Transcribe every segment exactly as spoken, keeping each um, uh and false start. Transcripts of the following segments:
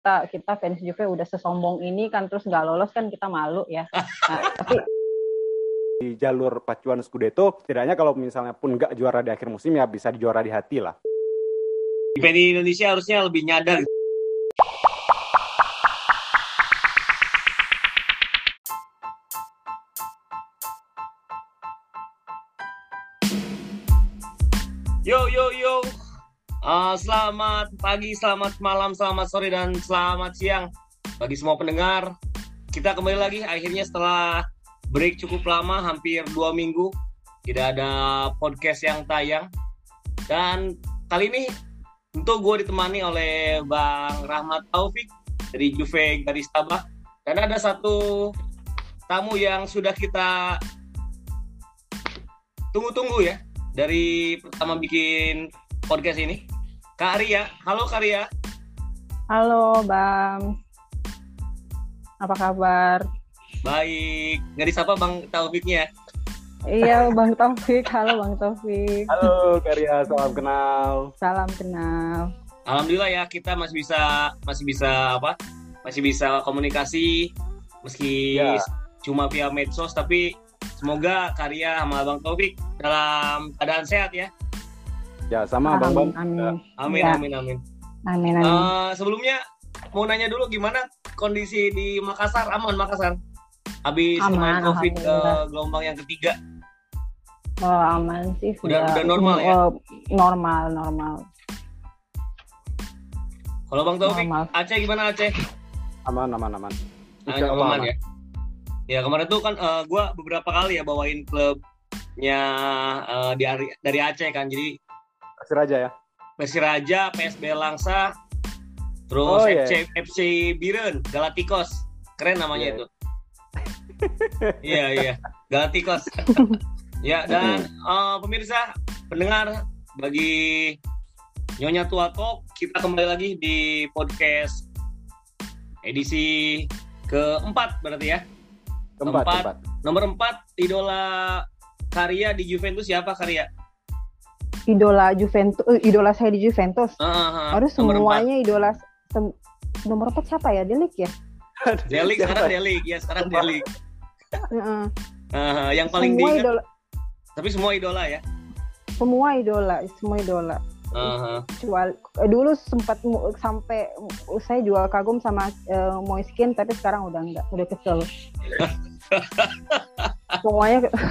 kita kita fans Juve udah sesombong ini kan, terus nggak lolos kan kita malu ya. Nah, tapi di jalur pacuan Scudetto, setidaknya kalau misalnya pun nggak juara di akhir musim ya bisa dijuara di hati lah. Fans Indonesia harusnya lebih nyadar. Yo yo yo. Uh, selamat pagi, selamat malam, selamat sore, dan selamat siang bagi semua pendengar. Kita kembali lagi akhirnya setelah break cukup lama, hampir dua minggu tidak ada podcast yang tayang. Dan kali ini tentu gue ditemani oleh Bang Rahmat Taufik dari Juve Garis Tabah. Dan ada satu tamu yang sudah kita tunggu-tunggu ya dari pertama bikin podcast ini, Kak Ria. Halo Kak Ria. halo Bang, apa kabar? Baik. Nggak disapa Bang Taufiknya? Iya Bang Taufik, halo Bang Taufik. Halo Kak Ria, salam kenal. Salam kenal. Alhamdulillah ya, kita masih bisa masih bisa apa? Masih bisa komunikasi meski Ya. cuma via medsos, tapi semoga Kak Ria sama Bang Taufik dalam keadaan sehat ya. Ya sama Bang Bang. Amin. Amin Ya. amin amin. Amin amin. Uh, sebelumnya mau nanya dulu gimana kondisi di Makassar? Aman Makassar? Habis Aman, kemarin COVID ke alhamdulillah. gelombang yang ketiga. Oh, aman sih. Udah- udah normal ya? Oh, normal normal. Kalau Bang Taufik, Normal. Aceh gimana Aceh? Aman aman aman. Nah, Insya Allah aman aman. ya. Ya kemarin tuh kan uh, gue beberapa kali ya bawain klubnya uh, di Ari- dari Aceh kan. Jadi Kasih Raja ya. Persiraja, P S B Langsa, terus Oh, iya. F C F C Biren, Galacticos, keren namanya Iya. itu. Iya iya, Galacticos. Ya dan uh, pemirsa, pendengar, bagi Nyonya Tua Talk, kita kembali lagi di podcast edisi keempat berarti ya. Keempat, Keempat. keempat. Nomor empat, idola Karya di Juventus siapa Karya? Idola Juventus, eh, idola saya di Juventus. Uh, uh, Aduh nomor semuanya idola. Sem- nomor empat siapa ya? Delik ya? empat. Delik, Siapa? sekarang Delik ya, sekarang Delik. Heeh. Uh, yang paling Semua diingat, idola, tapi semua idola ya. semua idola, semua idola. Uh, Kecuali eh, dulu sempat mu- sampai uh, saya juga kagum sama uh, Moiskin, tapi sekarang udah enggak, udah kesel. Semuanya ke-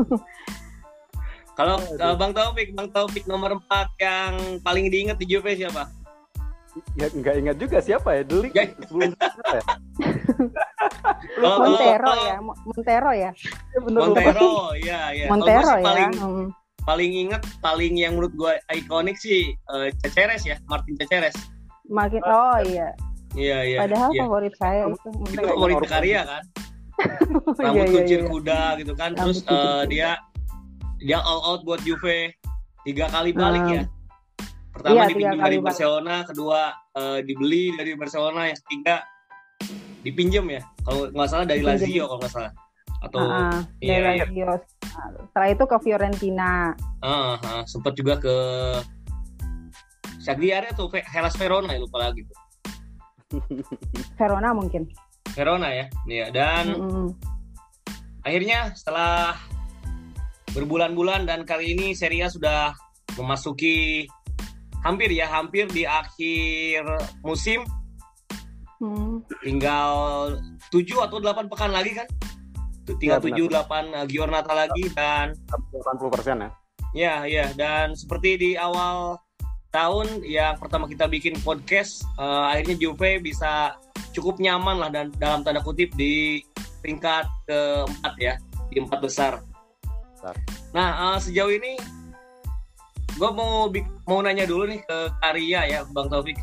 Kalau uh, Bang Taufik, Bang Taufik nomor empat yang paling diingat di Juve siapa? Ya, nggak ingat juga siapa ya. Delik Ya. sebelum siapa ya? Kalau- Montero kalau- ya, Mo- Montero ya. Ya, bener, lupa. Montero, ya ya. Kalau Montero gua sih ya. paling Hmm. paling ingat, paling yang menurut gue ikonik sih uh, Ceceres ya, Martin Ceceres. Makin oh iya. Iya iya. Padahal iya. favorit saya itu. Itu favorit Karya kan. Iya, Rambut iya, kuncir iya. kuda gitu kan. Terus Rambut kuncir uh, kuda. dia dia all out buat Juve, tiga kali balik Hmm. ya. Pertama Iya, tiga dipinjam kali dari balik. Barcelona, kedua uh, dibeli dari Barcelona, yang ketiga dipinjam ya. Kalau nggak salah dari Dipinjam. Lazio kalau nggak salah. Atau Ah, iya, dari iya. Lazio. Setelah itu ke Fiorentina. ah, ah, sempat juga ke Cagliari atau Ve- Hellas Verona ya, lupa lagi tuh. Verona mungkin. Verona ya. Iya, dan Mm-mm. akhirnya setelah berbulan-bulan dan kali ini Serie A sudah memasuki hampir ya, hampir di akhir musim. Hmm. Tinggal tujuh atau delapan pekan lagi kan? Tinggal Ya, benar. tujuh delapan giornata lagi, dan delapan puluh persen ya. ya ya dan seperti di awal tahun yang pertama kita bikin podcast, eh, akhirnya Juve bisa cukup nyaman lah dan dalam tanda kutip di peringkat keempat ya, di empat besar. Besar. Nah, eh, sejauh ini gue mau bi- mau nanya dulu nih ke Karya ya, Bang Taufik.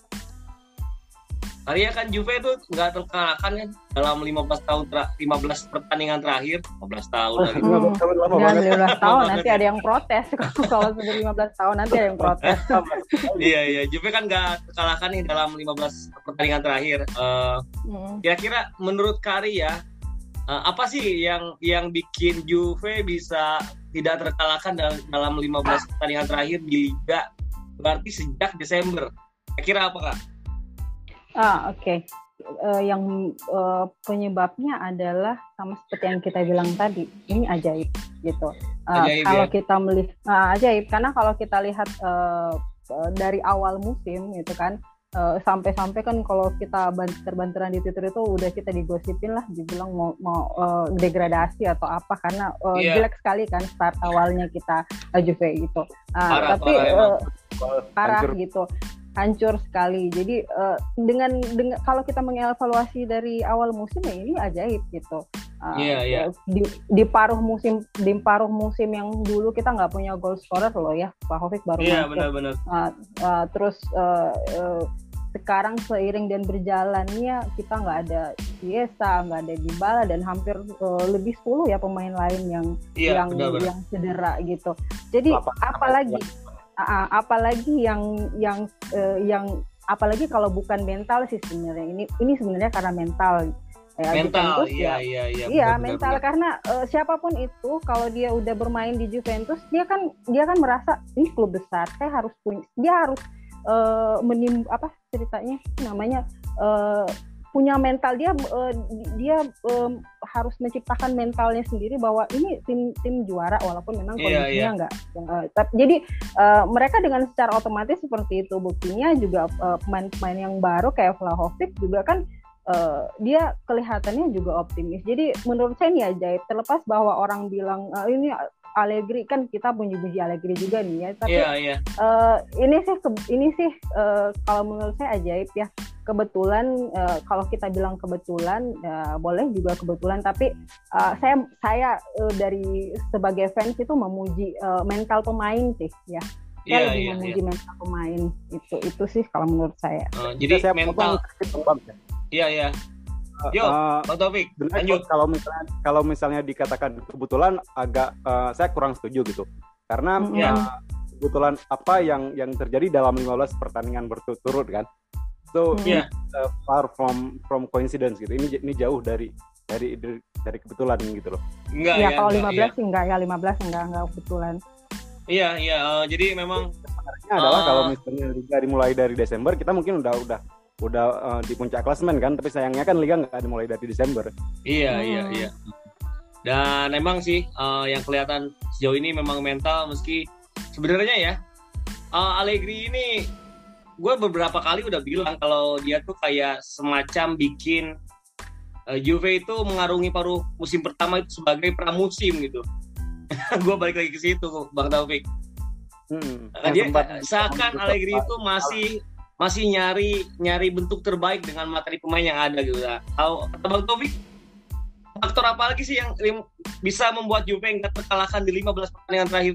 Karya kan Juve itu nggak terkalahkan kan dalam lima belas tahun ter- lima belas pertandingan terakhir, lima belas tahun lagi. Hmm. Lama banget, lama Dan banget. lima belas tahun Lama nanti banget ada yang protes. Kalau sudah lima belas tahun nanti ada yang protes. Iya iya, Juve kan nggak terkalahkan nih dalam lima belas pertandingan terakhir. Eh, Hmm. kira-kira menurut Karya, eh, apa sih yang yang bikin Juve bisa tidak terkalahkan dalam, dalam lima belas pertandingan terakhir di Liga? Berarti sejak Desember. Kira-kira apa Kak? Ah, oke. Okay. Uh, yang uh, penyebabnya adalah sama seperti yang kita bilang tadi, ini ajaib gitu. Uh, Ajaib, kalau ya? kita melihat uh, ajaib, karena kalau kita lihat uh, uh, dari awal musim gitu kan, uh, sampai-sampai kan kalau kita banter-banteran di Twitter itu udah kita digosipin lah, dibilang mau, mau uh, degradasi atau apa karena uh, Iya. jelek sekali kan start awalnya kita uh, Juve gitu. Uh, Parah, tapi parah emang. uh, parah Hancur. gitu. Hancur sekali. Jadi uh, dengan dengan kalau kita mengevaluasi dari awal musim ya ini ajaib gitu. Uh, Iya, iya. Di, di paruh musim di paruh musim yang dulu kita nggak punya goal scorer loh ya, Vlahovic baru Iya, masuk. benar-benar. Uh, uh, terus uh, uh, sekarang seiring dan berjalannya kita nggak ada Chiesa, nggak ada Dybala dan hampir uh, lebih sepuluh ya pemain lain yang Iya, yang benar-benar. yang cedera gitu. Jadi Apa- apalagi Uh, apalagi yang yang uh, yang apalagi kalau bukan mental sih sebenarnya ini ini sebenarnya karena mental ya, Mental, Juventus, iya, ya, iya, iya. iya benar, mental benar. karena uh, siapapun itu kalau dia udah bermain di Juventus dia kan dia kan merasa ini klub besar saya harus punya dia harus uh, menim apa ceritanya namanya uh, punya mental dia uh, dia um, harus menciptakan mentalnya sendiri bahwa ini tim tim juara walaupun memang Iya, kondisinya iya. enggak uh, tapi, jadi uh, mereka dengan secara otomatis seperti itu buktinya juga uh, pemain-pemain yang baru kayak Vlahovic juga kan uh, dia kelihatannya juga optimis. Jadi menurut saya ini ajaib terlepas bahwa orang bilang uh, ini Allegri kan kita puji-puji Allegri juga nih ya tapi Iya, iya. uh, ini sih ini sih uh, kalau menurut saya ajaib ya. Kebetulan uh, kalau kita bilang kebetulan uh, boleh juga kebetulan tapi uh, saya saya uh, dari sebagai fans itu memuji uh, mental pemain sih ya saya Iya, lebih iya, memuji iya. mental pemain itu itu sih kalau menurut saya. Uh, Jadi jadi saya mental, potong sedikit, Bang. iya, iya. Uh, Yo, uh, Bang Taufik, Benar, lanjut. kalau misalnya kalau misalnya dikatakan kebetulan agak uh, saya kurang setuju gitu karena Mm-hmm. uh, kebetulan apa yang yang terjadi dalam lima belas pertandingan berturut-turut kan so Iya. uh, far from from coincidence gitu ini ini jauh dari dari dari, dari kebetulan gitu loh. Enggak Ya ya, kalau enggak, lima belas iya. sih enggak ya lima belas enggak enggak kebetulan. Iya, iya. uh, jadi memang Sebenarnya adalah Ah. kalau misalnya liga dimulai dari Desember kita mungkin udah udah udah uh, di puncak klasemen kan tapi sayangnya kan liga nggak dimulai dari Desember. iya, Hmm. iya, iya. Dan memang sih uh, yang kelihatan sejauh ini memang mental meski sebenarnya ya uh, Allegri ini gue beberapa kali udah bilang kalau dia tuh kayak semacam bikin uh, Juve itu mengarungi paruh musim pertama itu sebagai pramusim gitu. Gue balik lagi ke situ, Bang Taufik. Hmm, Uh, dia seakan Allegri itu masih masih nyari nyari bentuk terbaik dengan materi pemain yang ada gitu. Nah, kalau kata Bang Taufik, faktor apa lagi sih yang lim- bisa membuat Juve nggak terkalahkan di lima belas pertandingan terakhir?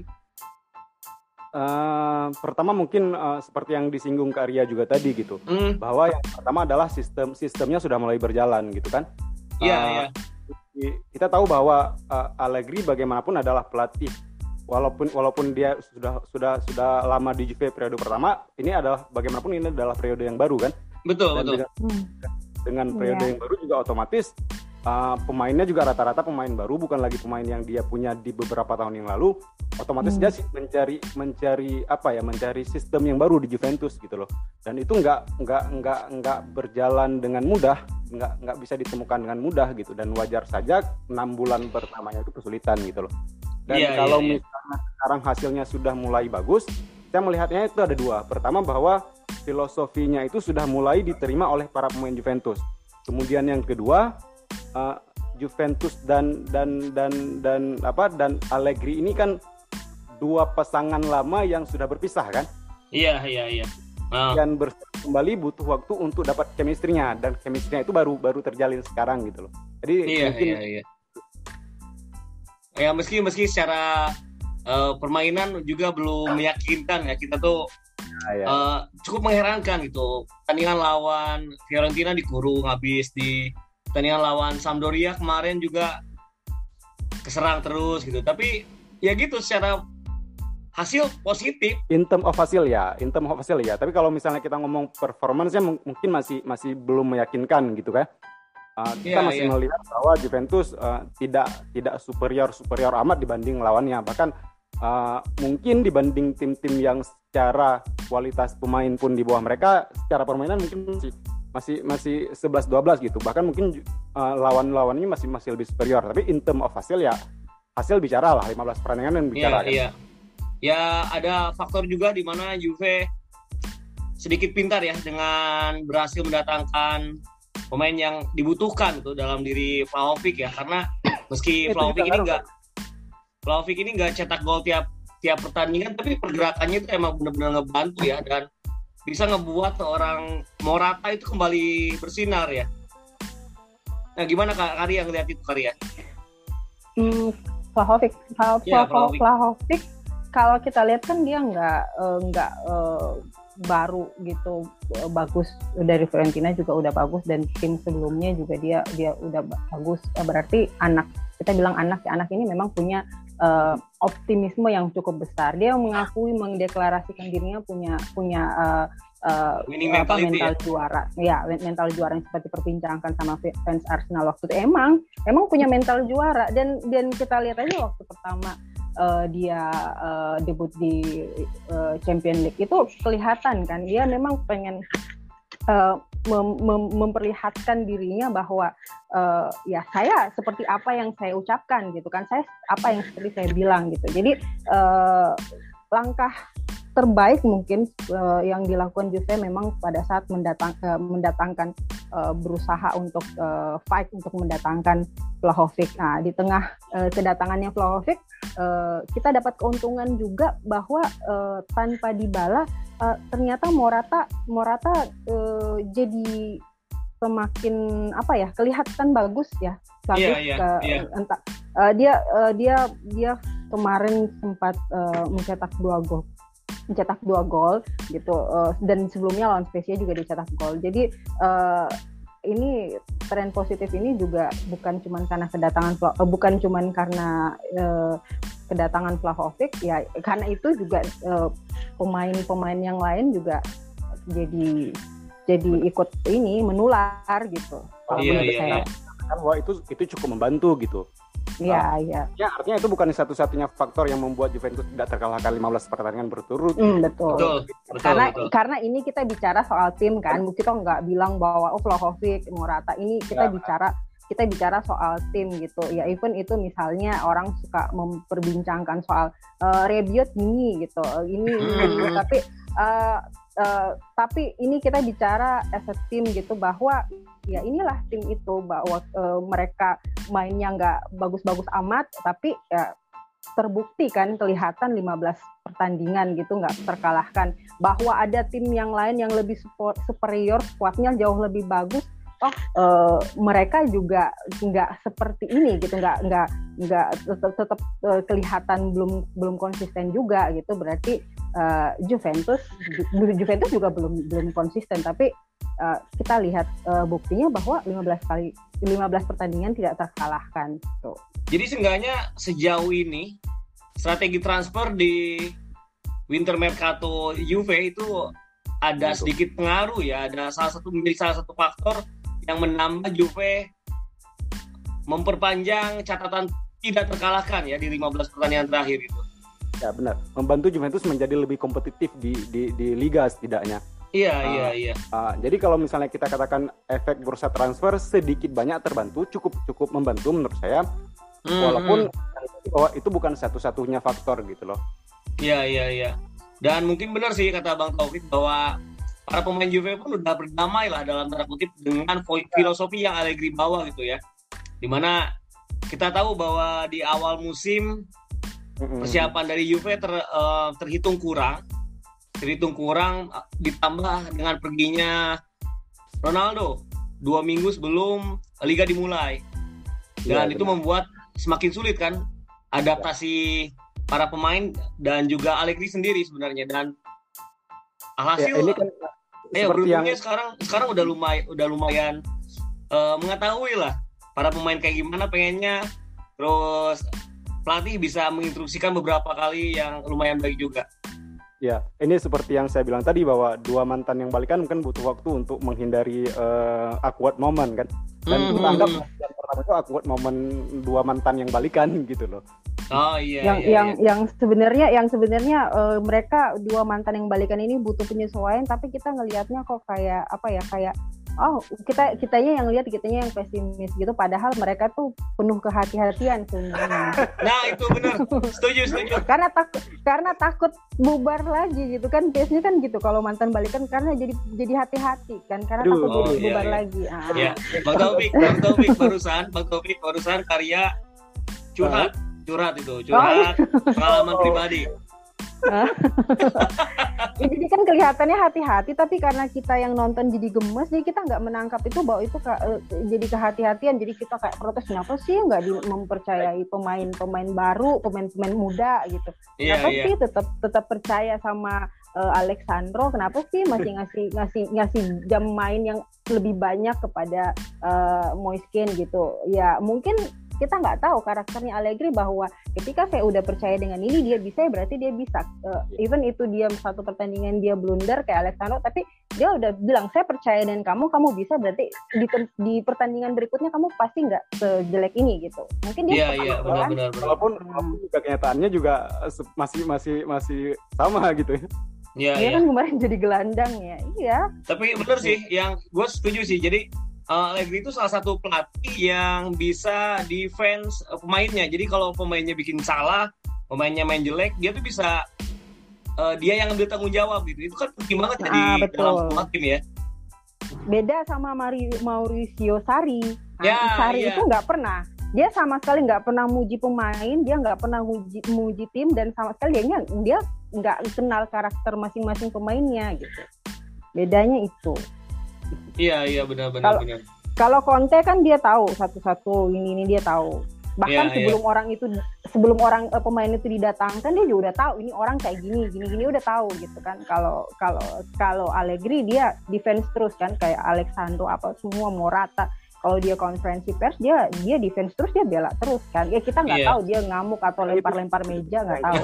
Uh, pertama mungkin uh, seperti yang disinggung Kak Arya juga tadi gitu Hmm, bahwa yang pertama adalah sistem sistemnya sudah mulai berjalan gitu kan. iya, Uh, iya. i- Kita tahu bahwa uh, Allegri bagaimanapun adalah pelatih walaupun walaupun dia sudah sudah sudah lama di Juve periode pertama ini adalah bagaimanapun ini adalah periode yang baru kan. Betul, Dan betul. dengan, Hmm. dengan periode Iya. yang baru juga otomatis uh, pemainnya juga rata-rata pemain baru bukan lagi pemain yang dia punya di beberapa tahun yang lalu. Otomatis Hmm. dia sih mencari mencari apa ya mencari sistem yang baru di Juventus gitu loh. Dan itu nggak nggak nggak nggak berjalan dengan mudah, nggak nggak bisa ditemukan dengan mudah gitu. Dan wajar saja enam bulan pertamanya itu kesulitan gitu loh. Dan Iya, kalau iya, iya. misalnya sekarang hasilnya sudah mulai bagus, saya melihatnya itu ada dua. Pertama bahwa filosofinya itu sudah mulai diterima oleh para pemain Juventus. Kemudian yang kedua uh, Juventus dan dan dan dan apa dan Allegri ini kan dua pasangan lama yang sudah berpisah kan Iya, iya, iya. Ah, dan bersatu kembali butuh waktu untuk dapat chemistry-nya dan chemistry-nya itu baru baru terjalin sekarang gitu loh. Jadi iya, mungkin iya, iya. Ya meski meski secara uh, permainan juga belum meyakinkan ya, kita tuh ya, uh, cukup mengherankan gitu. Pertandingan lawan Fiorentina dikurung habis, di pertandingan lawan Sampdoria kemarin juga keserang terus gitu. Tapi ya gitu, secara hasil positif. in term of hasil ya, in term of hasil ya. Tapi kalau misalnya kita ngomong performance-nya m- mungkin masih masih belum meyakinkan gitu kan. Uh, kita Iya, masih iya. melihat bahwa Juventus uh, tidak tidak superior superior amat dibanding lawannya. Bahkan uh, mungkin dibanding tim-tim yang secara kualitas pemain pun di bawah mereka, secara permainan mungkin masih masih masih sebelas dua belas gitu. Bahkan mungkin uh, lawan-lawannya masih masih lebih superior. Tapi in term of hasil ya hasil bicara lah, lima belas pertandingan yang bicara. Iya, kan. iya. Ya ada faktor juga di mana Juve sedikit pintar ya dengan berhasil mendatangkan pemain yang dibutuhkan tuh dalam diri Vlahovic ya, karena meski Vlahovic ini enggak Vlahovic ini enggak cetak gol tiap tiap pertandingan, tapi pergerakannya itu emang benar-benar ngebantu ya, dan bisa ngebuat seorang Morata itu kembali bersinar ya. Nah, gimana Kak Karya ngeliat itu Karya? Hmm, Vlahovic, Vlahovic, Ya, Vlahovic. Vlahovic kalau kita lihat kan dia nggak uh, nggak uh, baru gitu uh, bagus, dari Fiorentina juga udah bagus, dan tim sebelumnya juga dia dia udah bagus. Uh, berarti anak, kita bilang anak ya, anak ini memang punya uh, optimisme yang cukup besar. Dia mengakui, mendeklarasikan dirinya punya punya uh, uh, apa, mental ya? juara, ya mental juara yang seperti perbincangkan sama fans Arsenal waktu itu. Emang emang punya mental juara, dan dan kita lihat aja waktu pertama Uh, dia uh, debut di uh, Champions League itu kelihatan kan, dia memang pengen uh, mem- mem- memperlihatkan dirinya bahwa uh, ya saya seperti apa yang saya ucapkan gitu kan, saya apa yang seperti saya bilang gitu. Jadi uh, langkah terbaik mungkin uh, yang dilakukan Juve memang pada saat mendatang, uh, mendatangkan uh, berusaha untuk uh, fight untuk mendatangkan Vlahovic. Nah, di tengah uh, kedatangannya Vlahovic, uh, kita dapat keuntungan juga bahwa uh, tanpa Dybala uh, ternyata Morata Morata uh, jadi semakin apa ya, kelihatan bagus ya, bagus. Yeah, yeah, uh, yeah. entah uh, dia uh, dia dia kemarin sempat uh, mencetak dua gol mencetak dua gol gitu, uh, dan sebelumnya lawan Spezia juga dicetak gol. Jadi uh, ini tren positif ini juga bukan cuma karena kedatangan uh, bukan cuma karena uh, kedatangan Vlahovic ya, karena itu juga uh, pemain-pemain yang lain juga jadi jadi ikut ini menular gitu. Oh, iya, iya, iya. Kan wah itu itu cukup membantu gitu. Iya, uh, iya. Ya, artinya itu bukan satu-satunya faktor yang membuat Juventus tidak terkalahkan lima belas pertandingan berturut. Mm, betul. Betul, betul. Karena betul. karena ini kita bicara soal tim kan, kita nggak bilang bahwa oh Vlahovic, Morata, ini kita ya. bicara kita bicara soal tim gitu. Ya even itu misalnya orang suka memperbincangkan soal uh, Rebiot ini gitu, ini, ini tapi uh, uh, tapi ini kita bicara as a team gitu, bahwa ya inilah tim itu, bahwa uh, mereka mainnya nggak bagus-bagus amat, tapi ya terbukti kan, kelihatan lima belas pertandingan gitu nggak terkalahkan. Bahwa ada tim yang lain yang lebih support, superior, squadnya jauh lebih bagus, oh uh, mereka juga nggak seperti ini gitu, nggak nggak nggak tetap, tetap uh, kelihatan belum belum konsisten juga gitu. Berarti uh, Juventus Ju- Juventus juga belum belum konsisten, tapi Uh, kita lihat uh, buktinya bahwa lima belas kali lima belas pertandingan tidak terkalahkan tuh. Jadi seenggaknya sejauh ini strategi transfer di winter mercato Juve itu ada sedikit pengaruh ya, ada salah satu menjadi salah satu faktor yang menambah Juve memperpanjang catatan tidak terkalahkan ya di lima belas pertandingan terakhir itu. Ya benar, membantu Juventus menjadi lebih kompetitif di di di liga setidaknya. Iya, uh, iya, iya. Uh, jadi kalau misalnya kita katakan efek bursa transfer sedikit banyak terbantu, cukup cukup membantu menurut saya. Mm-hmm. Walaupun bahwa itu bukan satu-satunya faktor gitu loh. Iya, iya, iya. Dan mungkin benar sih kata Bang Taufik bahwa para pemain Juve pun udah berdamai lah dalam tanda kutip dengan filosofi yang Allegri bawa gitu ya. Dimana kita tahu bahwa di awal musim mm-hmm. persiapan dari Juve ter, uh, terhitung kurang. terhitung kurang ditambah dengan perginya Ronaldo dua minggu sebelum Liga dimulai, dan ya, itu benar. Membuat semakin sulit kan adaptasi ya. Para pemain dan juga Allegri sendiri sebenarnya. Dan alhasil ya, ini kan eh beruntungnya yang... sekarang sekarang udah lumayan udah lumayan uh, mengetahui lah para pemain kayak gimana pengennya, terus pelatih bisa menginstruksikan beberapa kali yang lumayan baik juga. Ya, ini seperti yang saya bilang tadi bahwa dua mantan yang balikan kan butuh waktu untuk menghindari uh, awkward moment kan. Dan mm-hmm. kita anggap yang pertama itu awkward moment dua mantan yang balikan gitu loh. Oh iya. Yang iya, yang iya. yang sebenarnya yang sebenarnya uh, mereka dua mantan yang balikan ini butuh penyesuaian, tapi kita ngelihatnya kok kayak apa ya kayak oh kita kitanya yang lihat kitanya yang pesimis gitu, padahal mereka tuh penuh kehati-hatian sebenarnya. Nah itu benar, setuju setuju. karena takut karena takut bubar lagi gitu kan, biasanya kan gitu kalau mantan balikan, karena jadi jadi hati-hati kan, karena Aduh, takut oh, bubar iya, iya. lagi. Ah. Ya, Bang Taufik, Bang Taufik barusan, Bang Taufik barusan karya curhat, curhat itu, curhat pengalaman pribadi. Ya, jadi kan kelihatannya hati-hati, tapi karena kita yang nonton jadi gemes, jadi kita nggak menangkap itu bahwa itu ka, uh, jadi kehati-hatian, jadi kita kayak protes, kenapa sih nggak di- mempercayai pemain-pemain baru, pemain-pemain muda gitu, Iya, kenapa iya. sih tetap tetap percaya sama uh, Alexandro, kenapa sih masih ngasih ngasih ngasih jam main yang lebih banyak kepada uh, Moiskin gitu, ya mungkin kita nggak tahu karakternya Allegri, bahwa ketika saya udah percaya dengan ini dia bisa, ya berarti dia bisa. Uh, even itu dia satu pertandingan dia blunder kayak Alexandro, tapi dia udah bilang saya percaya dengan kamu, kamu bisa, berarti di, di pertandingan berikutnya kamu pasti nggak sejelek ini gitu. Mungkin dia Iya seperti iya itu, benar kan? benar benar. Walaupun, walaupun juga kenyataannya juga se- masih masih masih sama gitu ya. Iya Dia iya. kan kemarin jadi gelandang ya, iya. Tapi benar sih, yang gue setuju sih. Jadi uh, Allegri itu salah satu pelatih yang bisa defense uh, pemainnya. Jadi kalau pemainnya bikin salah, pemainnya main jelek, dia tuh bisa uh, dia yang ambil tanggung jawab gitu. Itu kan penting banget ya di Ah, betul. dalam sebuah tim ya. Beda sama Mari- Mauricio Sarri. Nah, Ya, Sarri iya. itu nggak pernah, dia sama sekali nggak pernah muji pemain, dia nggak pernah muji, muji tim, dan sama sekali dia dia nggak kenal karakter masing-masing pemainnya gitu. Bedanya itu. Iya iya benar benar Kalau- benar. Kalau Conte kan dia tahu satu-satu ini ini dia tahu. Bahkan Iya, sebelum orang itu sebelum orang eh, pemain itu didatangkan, dia juga udah tahu ini orang kayak gini gini gini udah tahu gitu kan. Kalau kalau kalau Allegri dia defense terus kan, kayak Alexandro apa semua Morata. Kalau dia konferensi pers dia dia defense terus, dia bela terus kan. Ya kita nggak Iya. tahu dia ngamuk atau lempar-lempar meja, nggak tahu.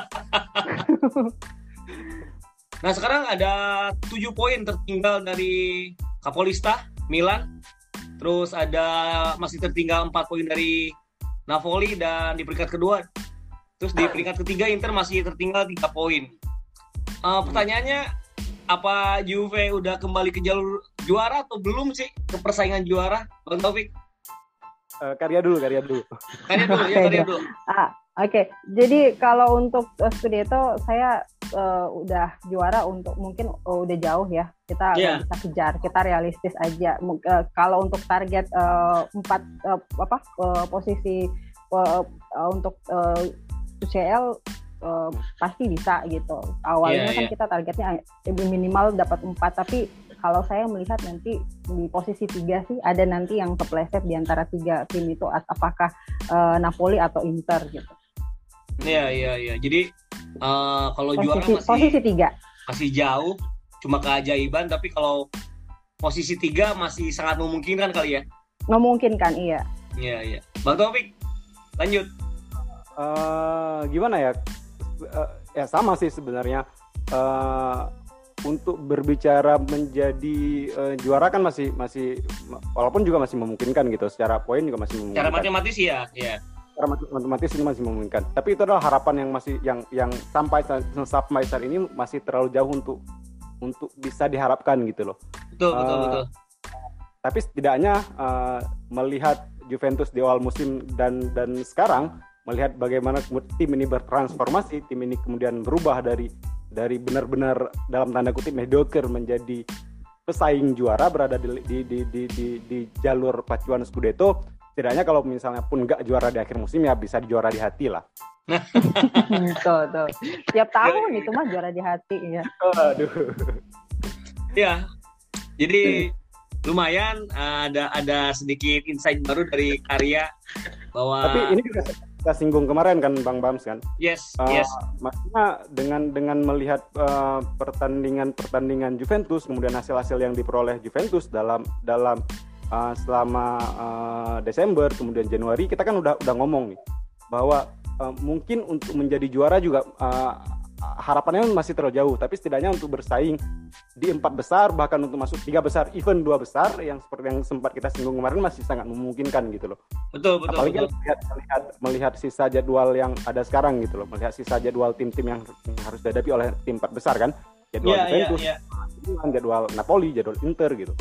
Nah sekarang ada tujuh poin tertinggal dari Capolista, Milan. Terus ada masih tertinggal empat poin dari Napoli dan di peringkat kedua. Terus di peringkat ketiga Inter masih tertinggal tiga poin. Uh, pertanyaannya, apa Juve udah kembali ke jalur juara atau belum sih ke persaingan juara, Bang Taufik? Eh, karya dulu, karya dulu. Karya dulu ya, karya dulu. Ah, oke. Okay. Jadi kalau untuk uh, Scudetto saya uh, udah juara untuk mungkin uh, udah jauh ya. Kita nggak Yeah. bisa kejar. Kita realistis aja. M- uh, kalau untuk target uh, empat uh, apa uh, posisi uh, uh, untuk uh, U C L uh, pasti bisa gitu. Awalnya Yeah, kan yeah. kita targetnya minimal dapat empat, tapi kalau saya melihat nanti di posisi tiga sih ada nanti yang kepleset di antara tiga tim itu, apakah uh, Napoli atau Inter gitu. Iya, iya, iya. Jadi uh, kalau juara Posisi, masih posisi tiga. masih jauh, cuma keajaiban. Tapi kalau posisi tiga masih sangat memungkinkan kali ya. Memungkinkan, iya. Iya, iya. Bang Taufik, lanjut. Eh, gimana ya? Eh, ya sama sih sebenarnya. Eh, untuk berbicara menjadi eh, juara kan masih masih walaupun juga masih memungkinkan gitu, secara poin juga masih memungkinkan. Secara matematis ya, ya. Secara mat- matematis ini masih memungkinkan. Tapi itu adalah harapan yang masih yang yang sampai saat- sampai saat ini masih terlalu jauh untuk untuk bisa diharapkan gitu loh. Betul, betul, Eh, betul. Tapi setidaknya eh, melihat Juventus di awal musim dan dan sekarang melihat bagaimana tim ini bertransformasi, tim ini kemudian berubah dari dari benar-benar dalam tanda kutip mediocre menjadi pesaing juara, berada di di di di, di, di jalur pacuan Scudetto. Setidaknya kalau misalnya pun nggak juara di akhir musim ya bisa juara di hati lah. Tuh, tuh. Tiap tahun itu mah juara di hati ya. Aduh. Ya. Jadi lumayan ada ada sedikit insight baru dari Karya bahwa Tapi ini juga kita singgung kemarin kan Bang Bams kan. yes, Uh, yes. Maksudnya dengan dengan melihat uh, pertandingan-pertandingan Juventus, kemudian hasil-hasil yang diperoleh Juventus dalam dalam uh, selama uh, Desember kemudian Januari, kita kan udah udah ngomong nih bahwa uh, mungkin untuk menjadi juara juga uh, harapannya masih terlalu jauh, tapi setidaknya untuk bersaing di empat besar, bahkan untuk masuk tiga besar, even dua besar yang seperti yang sempat kita singgung kemarin masih sangat memungkinkan gitu loh. Betul, betul, Apalagi betul. kan melihat, melihat melihat sisa jadwal yang ada sekarang gitu loh, melihat sisa jadwal tim-tim yang, yang harus dihadapi oleh tim empat besar kan, jadwal Iya, iya, Juventus, iya. jadwal Napoli, jadwal Inter gitu.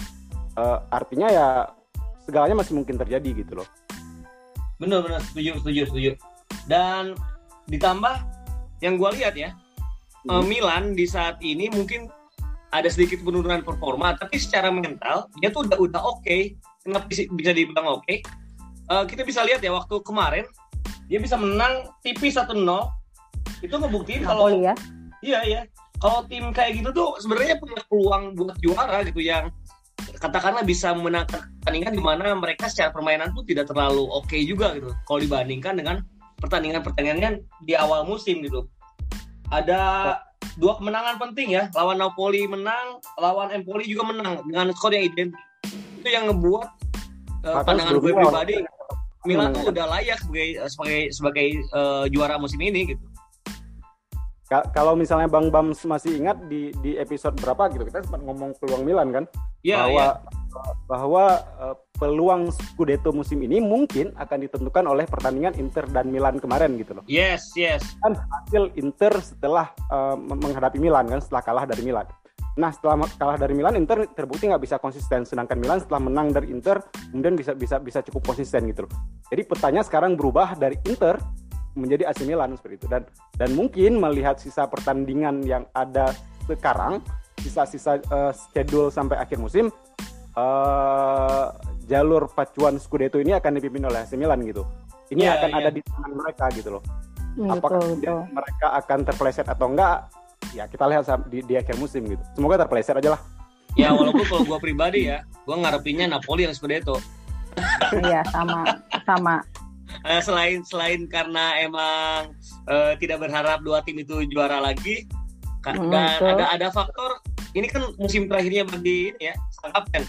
uh, artinya ya segalanya masih mungkin terjadi gitu loh. Benar-benar setuju, setuju, setuju. Dan ditambah yang gue lihat ya, hmm. Milan di saat ini mungkin ada sedikit penurunan performa, tapi secara mental dia tuh udah udah oke. Okay. Kenapa bisa dibilang oke? Okay? Uh, kita bisa lihat ya waktu kemarin dia bisa menang tipis satu nol. Itu ngebuktiin kalau ya. Iya ya. Kalau tim kayak gitu tuh sebenarnya punya peluang buat juara gitu, yang katakanlah bisa memenangkan pertandingan di mana mereka secara permainan pun tidak terlalu oke okay juga gitu. Kalau dibandingkan dengan pertandingan-pertandingan di awal musim gitu. Ada dua kemenangan penting ya, lawan Napoli menang, lawan Empoli juga menang dengan skor yang identik. Itu yang ngebuat uh, pandangan gue pribadi Milan tuh udah layak sebagai sebagai sebagai uh, juara musim ini gitu. Kalau misalnya Bang Bam masih ingat di di episode berapa gitu kita sempat ngomong peluang Milan kan, ya, bahwa ya. bahwa uh, peluang Scudetto musim ini mungkin akan ditentukan oleh pertandingan Inter dan Milan kemarin gitu loh. Yes, yes. Kan hasil Inter setelah uh, menghadapi Milan kan, setelah kalah dari Milan. Nah setelah kalah dari Milan, Inter terbukti nggak bisa konsisten, sedangkan Milan setelah menang dari Inter kemudian bisa bisa bisa cukup konsisten gitu loh. Jadi petanya sekarang berubah dari Inter menjadi A C Milan seperti itu, dan dan mungkin melihat sisa pertandingan yang ada sekarang, sisa-sisa uh, schedule sampai akhir musim, uh, jalur pacuan Scudetto ini akan dipimpin oleh A C Milan gitu. Ini yeah, akan yeah. ada di tangan mereka gitu loh. Hmm, Apakah betul, betul. mereka akan terpeleset atau enggak? Ya kita lihat di, di akhir musim gitu. Semoga terpeleset aja lah. Ya walaupun kalau gue pribadi ya, gue ngarepinnya Napoli yang Scudetto. Iya sama sama. Uh, selain selain karena emang uh, tidak berharap dua tim itu juara lagi, kan, hmm, dan betul. ada ada faktor ini kan musim terakhirnya bagi ini ya sang kapten,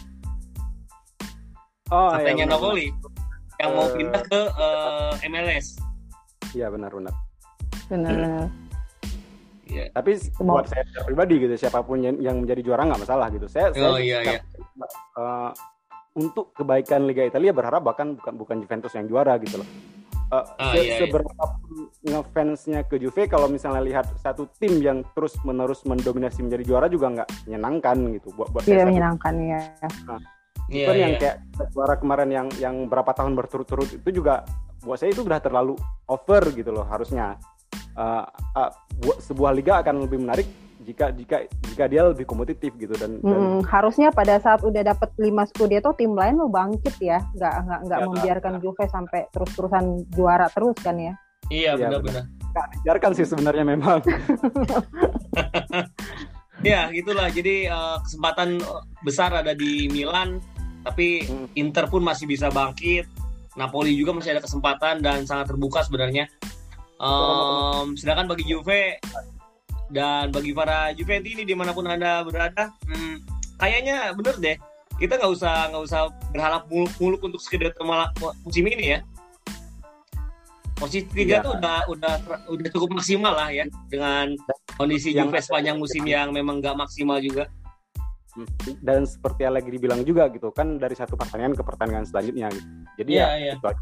oh, kaptennya iya, Napoli yang uh, mau pindah ke uh, M L S. Iya benar-benar. Benar. Ya. Tapi buat saya pribadi gitu, siapapun yang, yang menjadi juara nggak masalah gitu. Saya, oh, saya iya, iya. Uh, untuk kebaikan Liga Italia berharap bahkan bukan bukan Juventus yang juara gitu loh. Uh, ah, se- iya, iya. Seberapa ngefansnya ke Juve, kalau misalnya lihat satu tim yang terus menerus mendominasi menjadi juara juga nggak menyenangkan gitu buat buat tidak menyenangkan ya. Nah, iya, even iya. yang kayak juara kemarin yang yang berapa tahun berturut-turut itu juga buat saya itu udah terlalu over gitu loh. Harusnya uh, uh, buat sebuah liga akan lebih menarik jika jika jika dia lebih kompetitif gitu, dan, hmm, dan harusnya pada saat udah dapat lima Scudetto tim lain lo bangkit ya, nggak nggak nggak ya, membiarkan ya. Juve sampai terus-terusan juara terus kan ya. Iya benar-benar. Nggak dibiarkan sih sebenarnya memang. Ya gitulah, jadi uh, kesempatan besar ada di Milan, tapi hmm. Inter pun masih bisa bangkit, Napoli juga masih ada kesempatan dan sangat terbuka sebenarnya. Um, sedangkan bagi Juve dan bagi para Juventus ini dimanapun Anda berada, hmm, kayaknya bener deh, kita nggak usah nggak usah berharap muluk-muluk untuk Scudetto musim ini ya. Posisi tiga ya. tuh udah udah udah cukup maksimal lah ya, dengan kondisi yang Juve sepanjang musim yang memang nggak maksimal juga. Dan seperti Allegri bilang juga gitu kan, dari satu pertandingan ke pertandingan selanjutnya gitu. Jadi ya, ya, ya.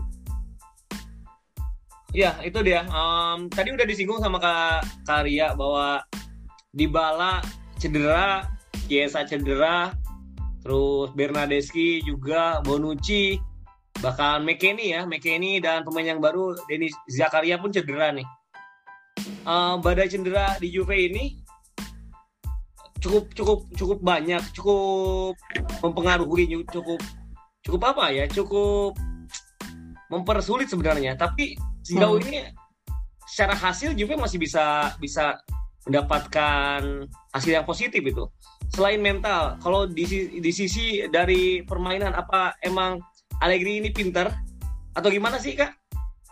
Ya itu dia. Um, tadi udah disinggung sama Kak Karya bahwa Dybala cedera, Chiesa cedera, terus Bernardeschi juga, Bonucci, bahkan McKennie ya, McKennie dan pemain yang baru Denis Zakaria pun cedera nih. Uh, badai cedera di Juve ini cukup cukup cukup banyak, cukup mempengaruhi, cukup cukup apa ya, cukup mempersulit sebenarnya. Tapi sejauh hmm. ini secara hasil Juve masih bisa bisa mendapatkan hasil yang positif itu. Selain mental, kalau di, di sisi dari permainan, apa emang Allegri ini pintar atau gimana sih Kak?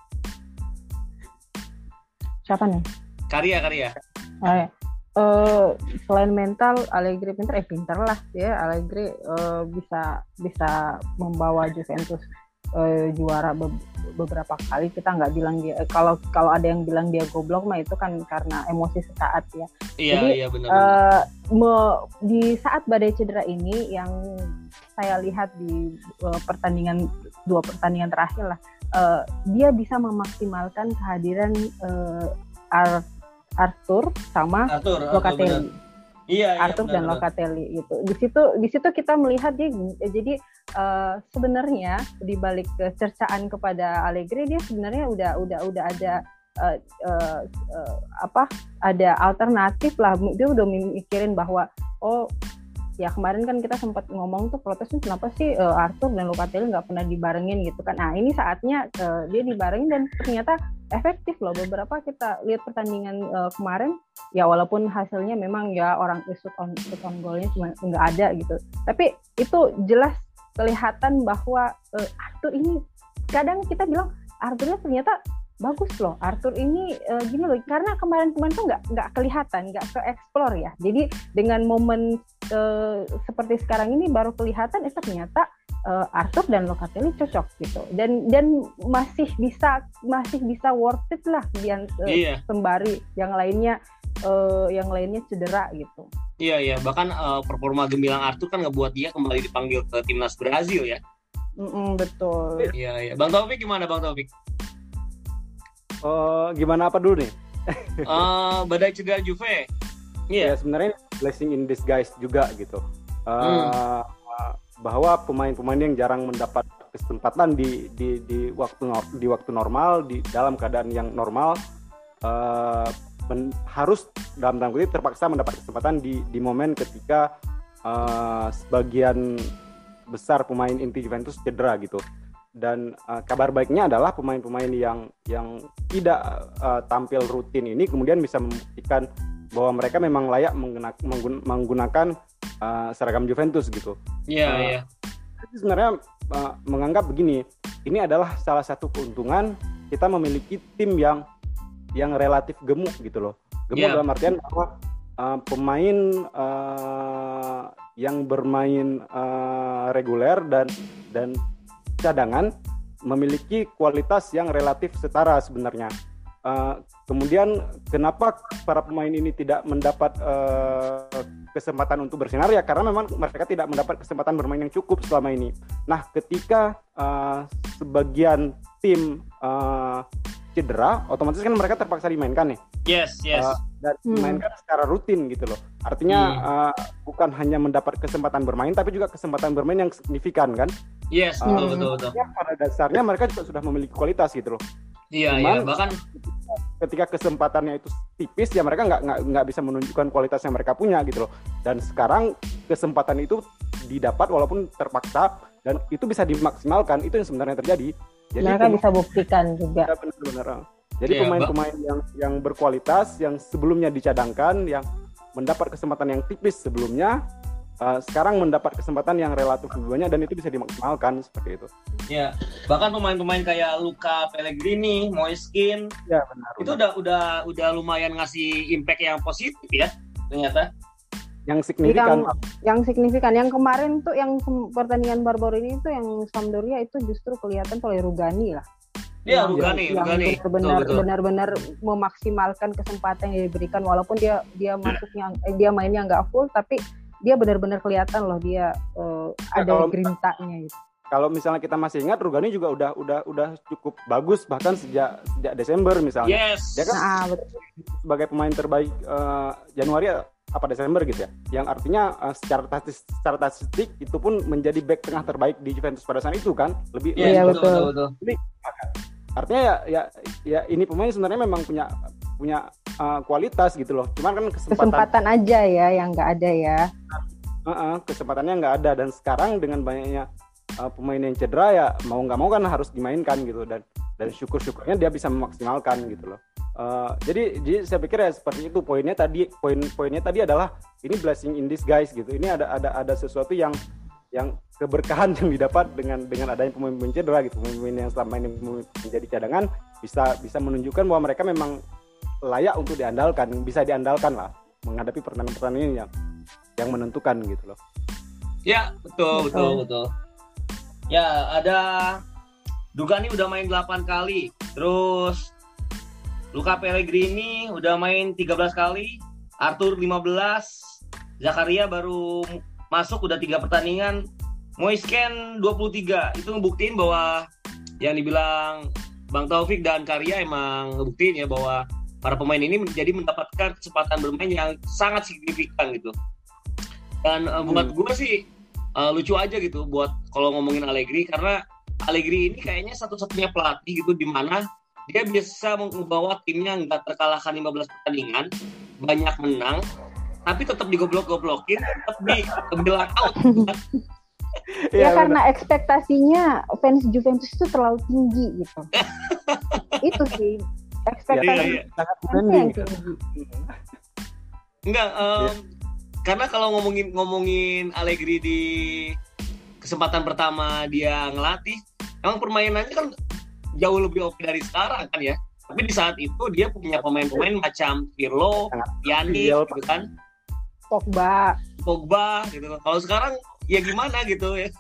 Siapa nih? Karya Karya. Oh, ya. Uh, selain mental, Allegri pintar, eh pintar lah ya. Allegri uh, bisa bisa membawa Juventus Uh, juara be- beberapa kali. Kita nggak bilang dia, kalau kalau ada yang bilang dia goblok mah itu kan karena emosi sesaat ya. Iya, Jadi iya, benar, uh, me- di saat badai cedera ini yang saya lihat di uh, pertandingan dua pertandingan terakhir lah, uh, dia bisa memaksimalkan kehadiran uh, Ar- Arthur sama Arthur, Locatelli. Iya, iya, Arthur dan benar-benar. Locatelli gitu. Di situ di situ kita melihat dia jadi uh, sebenarnya di balik cercaan kepada Allegri dia sebenarnya udah udah udah ada uh, uh, uh, apa ada alternatif lah. Dia udah mikirin bahwa oh ya kemarin kan kita sempat ngomong tuh protesnya kenapa sih uh, Arthur dan Locatelli nggak pernah dibarengin gitu kan. Nah ini saatnya uh, dia dibarengin dan ternyata efektif loh. Beberapa kita lihat pertandingan uh, kemarin ya walaupun hasilnya memang ya orang shoot on shoot on goalnya cuma nggak ada gitu. Tapi itu jelas kelihatan bahwa uh, Arthur ini kadang kita bilang Arthurnya ternyata bagus loh. Arthur ini uh, gini loh karena kemarin-kemarin tuh nggak nggak kelihatan, nggak ke explore ya. Jadi dengan momen uh, seperti sekarang ini baru kelihatan eh ternyata uh, Arthur dan Locatelli cocok gitu. Dan dan masih bisa masih bisa worth it lah biar uh, Iya. sembari yang lainnya uh, yang lainnya cedera gitu. Iya, iya. Bahkan uh, performa gemilang Arthur kan ngebuat dia kembali dipanggil ke timnas Brazil ya. Mm-mm, betul. Iya, iya. Bang Taufik gimana Bang Taufik? Oh, gimana apa dulu nih? Uh, badai cedera Juve. Ya Iya. sebenarnya blessing in disguise juga gitu. Uh, Hmm. Bahwa pemain-pemain yang jarang mendapat kesempatan di di di waktu di waktu normal di dalam keadaan yang normal uh, men, harus dalam tanda kutip terpaksa mendapat kesempatan di di momen ketika uh, sebagian besar pemain inti Juventus cedera gitu. Dan uh, kabar baiknya adalah pemain-pemain yang yang tidak uh, tampil rutin ini kemudian bisa membuktikan bahwa mereka memang layak menggunakan, menggunakan uh, seragam Juventus gitu. Iya, Uh, iya. Jadi sebenarnya uh, menganggap begini, ini adalah salah satu keuntungan kita memiliki tim yang yang relatif gemuk gitu loh. Gemuk Yeah. dalam artian bahwa uh, pemain uh, yang bermain uh, reguler dan dan cadangan memiliki kualitas yang relatif setara sebenarnya. Uh, kemudian kenapa para pemain ini tidak mendapat uh, kesempatan untuk bersinar ya karena memang mereka tidak mendapat kesempatan bermain yang cukup selama ini. Nah, ketika uh, sebagian tim uh, cedera, otomatis kan mereka terpaksa dimainkan nih. Yes, yes. Uh, dan Hmm. dimainkan secara rutin gitu loh. Artinya uh, bukan hanya mendapat kesempatan bermain tapi juga kesempatan bermain yang signifikan kan. Yes, Uh, betul, betul, betul. Ya, pada dasarnya mereka juga sudah memiliki kualitas gitu loh. Iya, Cuman, iya. Bahkan ketika kesempatannya itu tipis ya mereka nggak nggak nggak bisa menunjukkan kualitas yang mereka punya gitu loh. Dan sekarang kesempatan itu didapat walaupun terpaksa dan itu bisa dimaksimalkan, itu yang sebenarnya terjadi. Jadi Mereka pem- bisa buktikan juga. ya, benar-benar. Jadi Iya, pemain-pemain yang yang berkualitas yang sebelumnya dicadangkan yang mendapat kesempatan yang tipis sebelumnya uh, sekarang mendapat kesempatan yang relatif lebih banyak dan itu bisa dimaksimalkan seperti itu. ya, bahkan pemain-pemain kayak Luka Pellegrini, Moiskin Ya benar. itu udah udah udah lumayan ngasih impact yang positif ya ternyata. Yang signifikan. Yang, yang signifikan yang kemarin tuh yang ke- pertandingan baru-baru ini tuh yang Sampdoria itu justru kelihatan oleh Rugani lah. Iya, Yang- Rugani, yang Rugani. benar-benar Betul, betul. benar-benar memaksimalkan kesempatan yang diberikan walaupun dia dia masuknya eh, dia mainnya nggak full tapi dia benar-benar kelihatan loh dia eh, ada kalau- gerintanya gitu. Kalau misalnya kita masih ingat Rugani juga udah udah udah cukup bagus bahkan sejak sejak Desember misalnya. Yes. Dia kan Nah, betul. sebagai pemain terbaik eh, Januari apa Desember gitu ya. Yang artinya eh, secara statistik, secara statistik itu pun menjadi back tengah terbaik di Juventus pada saat itu kan. Lebih Yes, Iya, betul, betul. betul, betul. artinya ya ya ya ini pemain sebenarnya memang punya punya eh, kualitas gitu loh. Cuman kan kesempatan Kesempatan aja ya yang nggak ada ya. eh, eh, kesempatannya nggak ada dan sekarang dengan banyaknya eh, pemain yang cedera ya mau nggak mau kan harus dimainkan gitu dan dan syukur-syukurnya dia bisa memaksimalkan gitu loh. Uh, jadi, jadi saya pikir ya seperti itu poinnya tadi poin-poinnya tadi adalah ini blessing in disguise gitu. Ini ada ada ada sesuatu yang yang keberkahan yang didapat dengan dengan adanya pemain-pemain cedera gitu. Pemain yang selama ini menjadi cadangan bisa bisa menunjukkan bahwa mereka memang layak untuk diandalkan, bisa diandalkan lah menghadapi pertandingan-pertandingan yang yang menentukan gitu loh. Ya, betul, betul, betul. Ya, ada Rugani udah main delapan kali. Terus Luka Pellegrini udah main tiga belas kali, Arthur lima belas, Zakaria baru masuk udah tiga pertandingan, Moiskin dua puluh tiga. Itu ngebuktiin bahwa yang dibilang Bang Taufik dan Karya emang ngebuktiin ya bahwa para pemain ini menjadi mendapatkan kesempatan bermain yang sangat signifikan gitu. Dan uh, buat gue sih uh, lucu aja gitu buat kalau ngomongin Allegri, karena Allegri ini kayaknya satu-satunya pelatih gitu di mana dia bisa membawa timnya nggak terkalahkan lima belas pertandingan, banyak menang, tapi tetap digoblok-goblokin, tetap dibilang out. Ya, ya karena bener. Ekspektasinya fans Juventus itu terlalu tinggi gitu. Itu sih ekspektasi ya, sangat tinggi. Enggak, um, ya. Karena kalau ngomongin ngomongin Allegri di kesempatan pertama dia ngelatih, emang permainannya kan jauh lebih oke dari sekarang kan ya. Tapi di saat itu dia punya pemain-pemain macam Pirlo, Pjanic gitu kan, Pogba, Pogba gitu. Kalau sekarang ya gimana gitu ya.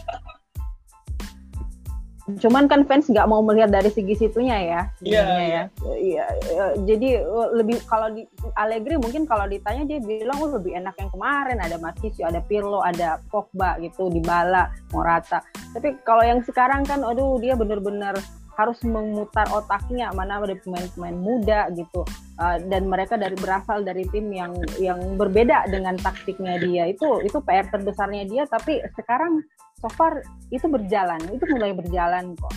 Cuman kan fans nggak mau melihat dari segi situnya ya. Iya. Ya. Ya, ya. Jadi lebih kalau di Allegri mungkin kalau ditanya dia bilang oh lebih enak yang kemarin, ada Marquisio, ada Pirlo, ada Pogba gitu, Dybala, Morata. Tapi kalau yang sekarang kan aduh dia benar-benar harus memutar otaknya, mana ada pemain-pemain muda gitu, uh, dan mereka dari berasal dari tim yang yang berbeda dengan taktiknya dia. Itu itu P R terbesarnya dia, tapi sekarang so far itu berjalan, itu mulai berjalan kok.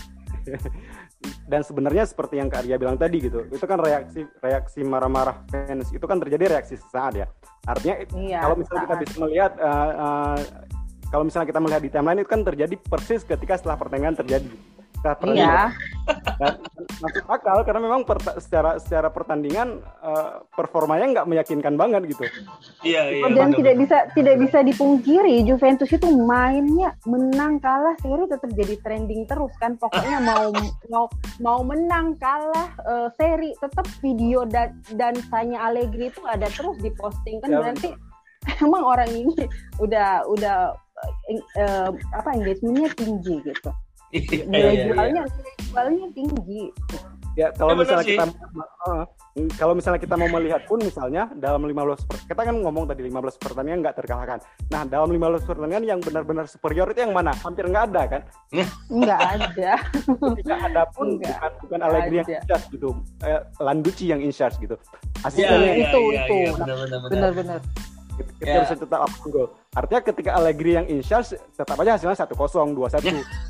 Dan sebenarnya seperti yang Kak Arya bilang tadi gitu, itu kan reaksi reaksi marah-marah fans itu kan terjadi reaksi sesaat ya. Artinya iya, kalau misalnya saat. kita bisa melihat uh, uh, kalau misalnya kita melihat di timeline itu kan terjadi persis ketika setelah pertandingan terjadi. Iya. Dan masuk akal karena memang per, secara secara pertandingan uh, performanya nggak meyakinkan banget gitu. Iya, iya. Dan betul, tidak betul. bisa tidak bisa dipungkiri Juventus itu mainnya menang kalah seri tetap jadi trending terus kan. Pokoknya mau mau mau menang kalah uh, seri tetap video dan dansanya Allegri itu ada terus diposting kan, ya, berarti emang orang ini udah udah uh, apa engagementnya tinggi gitu. Nilai jualnya, jualnya tinggi. Ya kalau ya, misalnya kita uh, kalau misalnya kita mau melihat pun misalnya dalam lima belas kita kan ngomong tadi lima belas pertandingan nggak terkalahkan. Nah dalam lima belas pertandingan yang benar-benar superior itu yang mana? Hampir nggak ada kan? Nggak ada. Tidak ada pun enggak, bukan bukan Allegri yang in charge gitu, eh, Landucci yang in charge gitu. Asistennya ya, itu ya, itu ya, benar-benar. Kita ya. bisa tetap up gol. Artinya ketika Allegri yang in charge tetap aja hasilnya satu kosong, dua satu.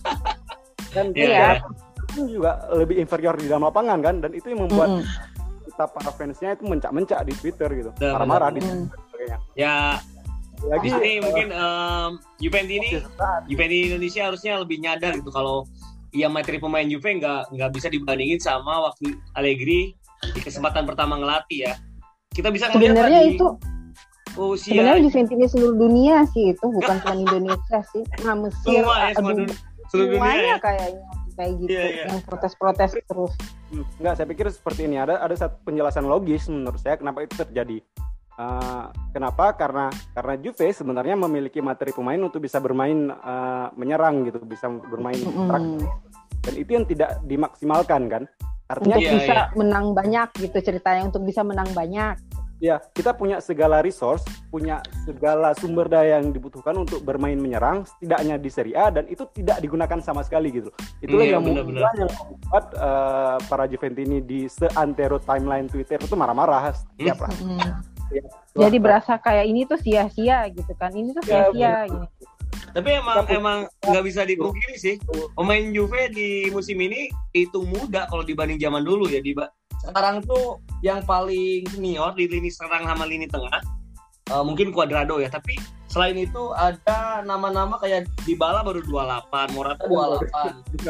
Dan yeah. dia juga lebih inferior di dalam lapangan kan, dan itu yang membuat mm-hmm. kita para fansnya itu mencak-mencak di Twitter gitu, Betul, marah-marah di Twitter sebagainya. Ya lagi ini uh, mungkin um, Juventus ini Juventus Indonesia harusnya lebih nyadar gitu kalau ya materi pemain Juve nggak nggak bisa dibandingin sama waktu Allegri di kesempatan pertama ngelatih ya. Kita bisa ngelihat sebenarnya itu usia sebenarnya Juventus seluruh dunia sih itu, bukan cuma Indonesia sih, nah Mesir, semua, ya, semua dunia. Seluruh semuanya dunia, ya? kayaknya kayak gitu, yeah, yeah. yang protes-protes terus. Enggak, saya pikir seperti ini, ada ada satu penjelasan logis menurut saya kenapa itu terjadi. Uh, kenapa? Karena karena Juve sebenarnya memiliki materi pemain untuk bisa bermain uh, menyerang gitu, bisa bermain mm-hmm. dan itu yang tidak dimaksimalkan kan. Artinya untuk yeah, bisa yeah. menang banyak gitu ceritanya, untuk bisa menang banyak. Ya, kita punya segala resource, punya segala sumber daya yang dibutuhkan untuk bermain menyerang, setidaknya di Serie A, dan itu tidak digunakan sama sekali gitu. Itulah iya, yang membuat yang membuat uh, para Juventini di seantero timeline Twitter itu marah-marah setiap hari. Hmm. Ya, jadi berasa kayak ini tuh sia-sia gitu kan, ini tuh sia-sia. Ya, gitu. Tapi emang Tapi, emang nggak bisa dipungkiri sih, pemain Juve di musim ini itu muda kalau dibanding zaman dulu ya. Di sekarang tuh yang paling senior di lini serang sama lini tengah uh, mungkin Cuadrado ya, tapi selain itu ada nama-nama kayak Dybala baru dua puluh delapan, Morata dua puluh delapan,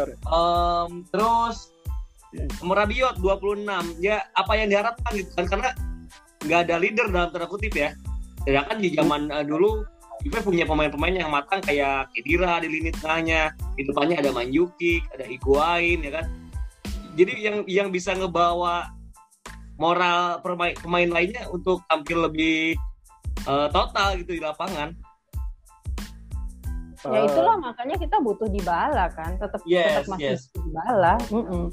um, terus Rabiot dua puluh enam. Ya apa yang diharapkan gitu kan, karena nggak ada leader dalam tanda kutip ya. Sedangkan di zaman uh, dulu Juve punya pemain-pemain yang matang kayak Khedira di lini tengahnya, di depannya ada Mandzukic, ada Higuain ya kan. Jadi yang yang bisa ngebawa moral pemain, pemain lainnya untuk tampil lebih uh, total gitu di lapangan. Ya itulah makanya kita butuh Dybala kan, tetap yes, tetap masih yes. Dybala. Mm-mm.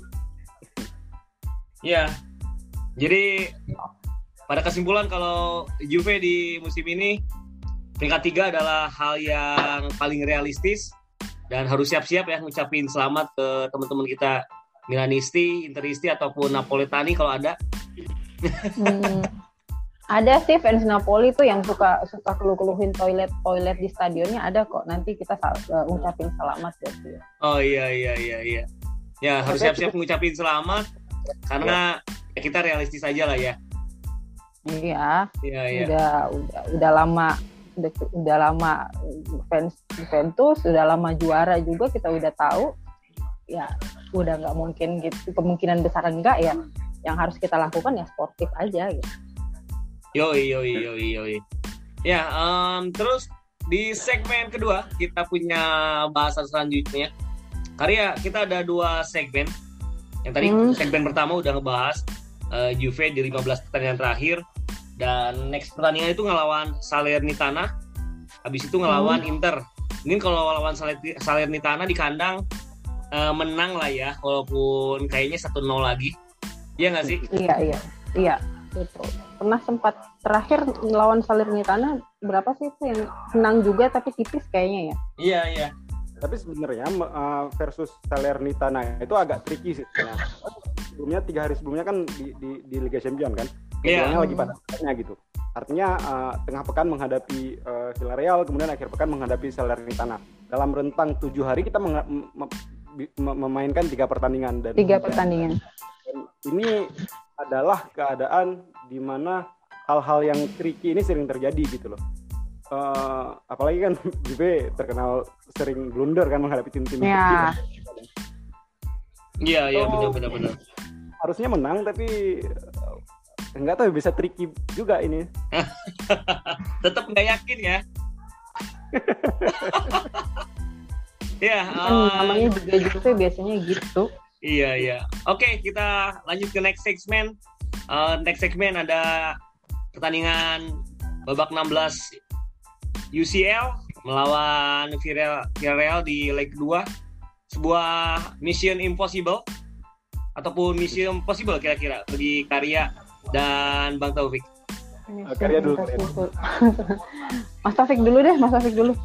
Ya, jadi pada kesimpulan kalau Juve di musim ini peringkat tiga adalah hal yang paling realistis dan harus siap-siap ya ngucapin selamat ke teman-teman kita Milanisti, Interisti ataupun Napoletani kalau ada. Hmm. Ada sih fans Napoli tuh yang suka suka keluh-keluhin toilet toilet di stadionnya, ada kok. Nanti kita sal- uh, ucapin selamat buat dia. Oh iya iya iya iya. Ya harus siap-siap ngucapin selamat karena ya, kita realistis aja lah ya. Iya. Iya iya. Udah udah udah lama udah, udah lama fans Juventus, udah lama juara juga, kita udah tahu. Ya udah nggak mungkin gitu, kemungkinan besar enggak ya. Yang harus kita lakukan ya sportif aja gitu. Yoi yoi yoi yoi. Ya, um, terus di segmen kedua kita punya bahasan selanjutnya. Karya kita ada dua segmen. Yang tadi hmm. segmen pertama udah ngebahas uh, Juve di lima belas pertandingan terakhir, dan next pertandingan itu ngelawan Salernitana. Habis itu ngelawan hmm. Inter. Mungkin kalau lawan Salernitana di kandang uh, menang lah ya, walaupun kayaknya satu nol lagi. Iya nggak sih? Iya iya iya. Betul. Pernah sempat terakhir lawan Salernitana berapa sih itu yang menang juga tapi tipis kayaknya ya? Iya iya. Tapi sebenarnya uh, versus Salernitana itu agak tricky sih. Ya. Sebelumnya tiga hari sebelumnya kan di, di, di Liga Champions kan, Iya. yeah. lagi pada gitu. Artinya uh, tengah pekan menghadapi uh, Villarreal, kemudian akhir pekan menghadapi Salernitana. Dalam rentang tujuh hari kita meng- mem- mem- memainkan tiga pertandingan dan tiga pertandingan. Dan ini adalah keadaan di mana hal-hal yang tricky ini sering terjadi gitu loh. Uh, apalagi kan Juve terkenal sering blunder kan menghadapi tim-tim ya. Iya iya benar-benar benar. Harusnya menang tapi enggak tahu, bisa tricky juga ini. Tetap nggak yakin ya. Ya. Kan uh, namanya juga Juve biasanya gitu. Iya iya. Oke, kita lanjut ke next segment. Uh, next segment ada pertandingan babak enam belas U C L melawan Villarreal di leg kedua. Sebuah mission impossible ataupun mission possible kira-kira bagi Karya dan Bang Taufik. Karya dulu. Mas Taufik dulu deh, Mas Taufik dulu.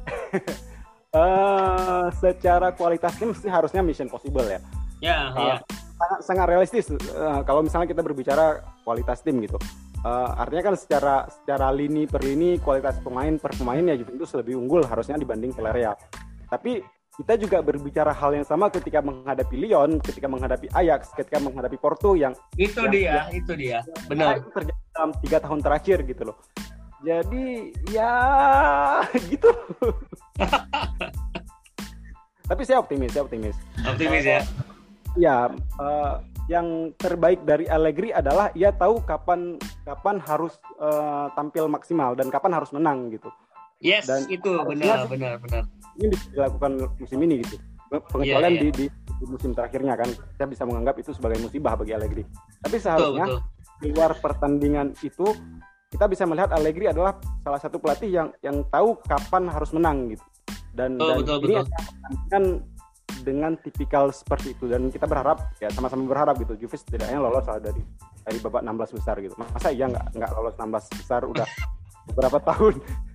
uh, secara kualitas tim sih harusnya mission possible ya. Ya, uh, ya. Sangat, sangat realistis uh, kalau misalnya kita berbicara kualitas tim gitu. Uh, artinya kan secara secara lini per lini kualitas pemain per pemain ya Juventus lebih unggul harusnya dibanding Villarreal. Tapi kita juga berbicara hal yang sama ketika menghadapi Lyon, ketika menghadapi Ajax, ketika menghadapi Porto yang itu yang, dia, yang, itu dia, benar. Itu terjadi dalam tiga tahun terakhir gitu loh. Jadi ya gitu. Tapi saya optimis, saya optimis. Optimis ya. Ya, uh, yang terbaik dari Allegri adalah ia tahu kapan kapan harus uh, tampil maksimal dan kapan harus menang gitu. Yes, dan itu benar, benar, benar. Ini bisa dilakukan musim ini gitu. Pengecualian yeah, yeah. Di, di, di musim terakhirnya kan, saya bisa menganggap itu sebagai musibah bagi Allegri. Tapi seharusnya betul, betul. Di luar pertandingan itu kita bisa melihat Allegri adalah salah satu pelatih yang yang tahu kapan harus menang gitu. Dan, betul, dan betul, ini betul. kan dengan tipikal seperti itu, dan kita berharap ya sama-sama berharap gitu Juve setidaknya lolos dari dari babak enam belas besar gitu. Masa iya nggak nggak lolos enam belas besar udah beberapa tahun.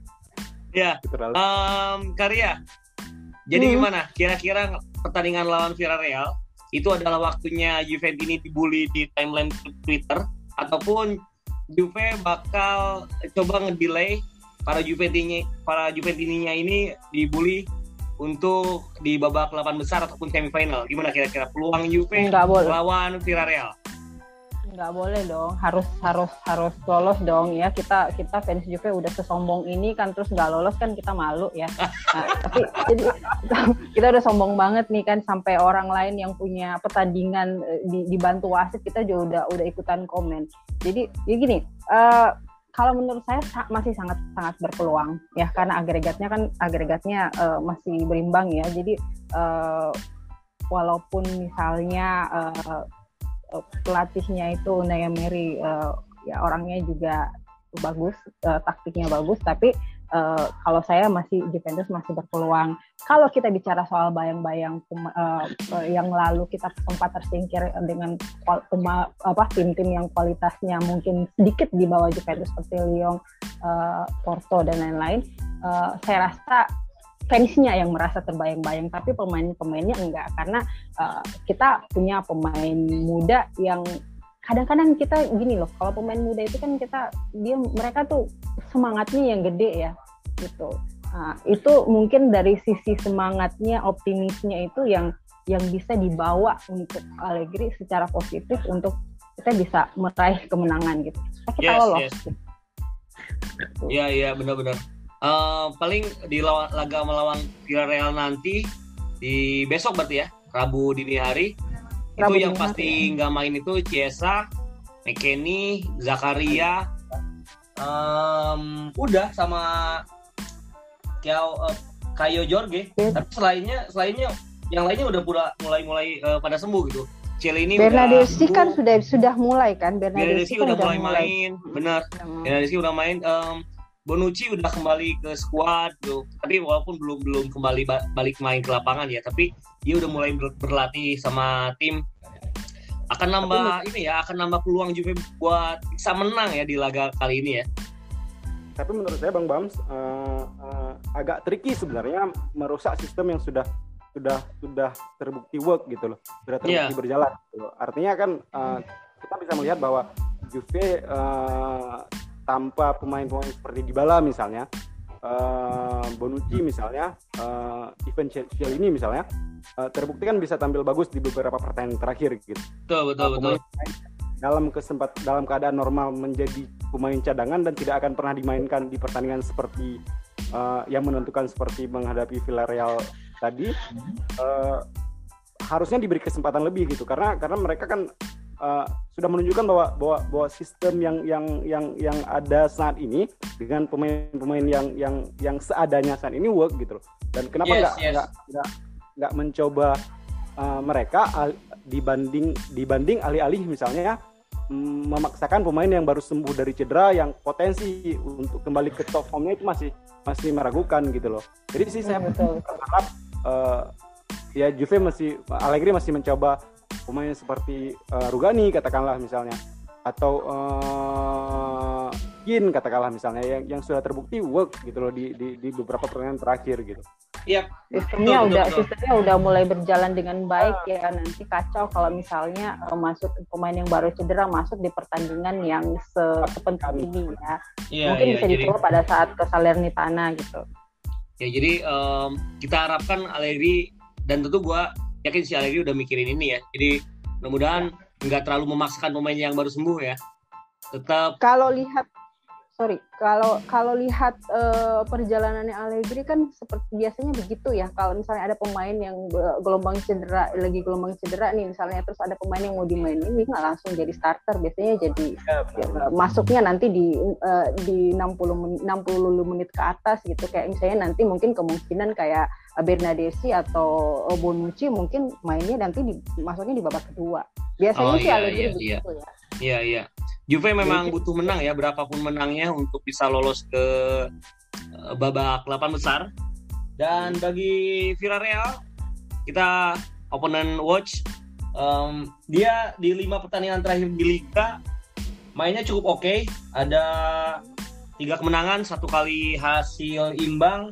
Ya, um, Karya. Jadi hmm. gimana? Kira-kira pertandingan lawan Villarreal itu adalah waktunya Juve ini dibully di timeline Twitter, ataupun Juve bakal coba ngedelay para Juventininya para Juventininya ini dibully untuk di babak delapan besar ataupun semifinal? Gimana kira-kira peluang Juve lawan Villarreal? Nggak boleh dong, harus harus harus lolos dong ya. Kita kita fans Juve udah sesombong ini kan, terus nggak lolos kan kita malu ya. Nah, tapi jadi kita udah sombong banget nih kan, sampai orang lain yang punya pertandingan di, dibantu wasit kita juga udah udah ikutan komen. Jadi ya gini, uh, kalau menurut saya masih sangat sangat berpeluang ya, karena agregatnya kan agregatnya uh, masih berimbang ya. Jadi uh, walaupun misalnya uh, pelatihnya itu Unai Emery uh, ya orangnya juga bagus, uh, taktiknya bagus, tapi uh, kalau saya masih Juventus masih berpeluang. Kalau kita bicara soal bayang-bayang uh, uh, yang lalu kita sempat tersingkir dengan pema, apa tim-tim yang kualitasnya mungkin sedikit di bawah Juventus seperti Lyon, uh, Porto dan lain-lain, uh, saya rasa fansnya yang merasa terbayang-bayang, tapi pemain-pemainnya enggak, karena uh, kita punya pemain muda yang kadang-kadang kita gini loh, kalau pemain muda itu kan kita dia mereka tuh semangatnya yang gede ya gitu. Nah, itu mungkin dari sisi semangatnya, optimisnya itu yang yang bisa dibawa untuk Allegri secara positif untuk kita bisa meraih kemenangan gitu. Kita yes, lolos. Yes. Iya iya benar-benar. Uh, paling di lawan, laga melawan Villarreal nanti di besok berarti ya, Rabu dini hari. Rabu itu yang dini pasti nggak main itu Chiesa, McKennie, Zakaria, um, udah sama Kayo, uh, Kayo Jorge. Okay. Tapi selainnya selainnya yang lainnya udah pula, mulai mulai uh, pada sembuh gitu. Cielini Bernadeschi kan sudah sudah mulai kan, Bernadeschi kan udah, udah mulai mulai main, benar. Bernadeschi udah main. Um, Bonucci udah kembali ke skuad, gitu. Tapi walaupun belum belum kembali ba- balik main ke lapangan ya, tapi dia udah mulai ber- berlatih sama tim. Akan nambah tapi, ini ya, akan nambah peluang Juve buat bisa menang ya di laga kali ini ya. Tapi menurut saya Bang Bams uh, uh, agak tricky sebenarnya merusak sistem yang sudah sudah sudah terbukti work gitu loh, sudah terbukti yeah. berjalan. Gitu. Artinya kan uh, kita bisa melihat bahwa Juve uh, tanpa pemain-pemain seperti Dybala misalnya, uh, Bonucci misalnya, uh, Ivan Chiellini misalnya, uh, terbukti kan bisa tampil bagus di beberapa pertandingan terakhir gitu. Betul betul uh, betul. Dalam kesempat dalam keadaan normal menjadi pemain cadangan dan tidak akan pernah dimainkan di pertandingan seperti uh, yang menentukan seperti menghadapi Villarreal tadi, uh, harusnya diberi kesempatan lebih gitu karena karena mereka kan Uh, sudah menunjukkan bahwa, bahwa bahwa sistem yang yang yang yang ada saat ini dengan pemain-pemain yang yang yang seadanya saat ini work gitu loh. Dan kenapa nggak yes, nggak yes. nggak nggak mencoba uh, mereka al- dibanding dibanding alih-alih misalnya mm, memaksakan pemain yang baru sembuh dari cedera yang potensi untuk kembali ke top formnya itu masih masih meragukan gitu loh. Jadi sih saya berharap uh, ya Juve masih Allegri masih mencoba pemain seperti uh, Rugani katakanlah misalnya atau uh, Kin katakanlah misalnya yang yang sudah terbukti work gitu loh di di, di beberapa pertandingan terakhir gitu. Iya. Sistemnya betul, udah betul. sistemnya udah mulai berjalan dengan baik ya. Nanti kacau kalau misalnya uh, masuk pemain yang baru cedera masuk di pertandingan yang sepenting ini ya. Iya, Mungkin iya, bisa dicoba pada saat ke Salernitana gitu. Ya jadi um, kita harapkan Allegri dan tentu gua yakin si Allegri udah mikirin ini ya. Jadi mudah-mudahan nggak terlalu memaksakan pemain yang baru sembuh ya. Tetap. Kalau lihat, sorry, kalau kalau lihat uh, perjalanannya Allegri kan seperti biasanya begitu ya. Kalau misalnya ada pemain yang gelombang cedera, lagi gelombang cedera nih misalnya, terus ada pemain yang mau dimainin, ini nggak langsung jadi starter. Biasanya jadi ya, ya, masuknya nanti di uh, di enam puluh menit ke atas gitu. Kayak misalnya nanti mungkin kemungkinan kayak Bernadeschi atau Bonucci mungkin mainnya nanti di, masuknya di babak kedua. Biasanya oh, sih iya, Allegri iya, begitu iya. ya. Iya iya. Juve memang butuh menang ya, berapapun menangnya untuk bisa lolos ke uh, babak delapan besar. Dan bagi Villarreal, kita opponent watch, um, dia di lima pertandingan terakhir di Liga mainnya cukup oke. Okay. Ada tiga kemenangan, satu kali hasil imbang.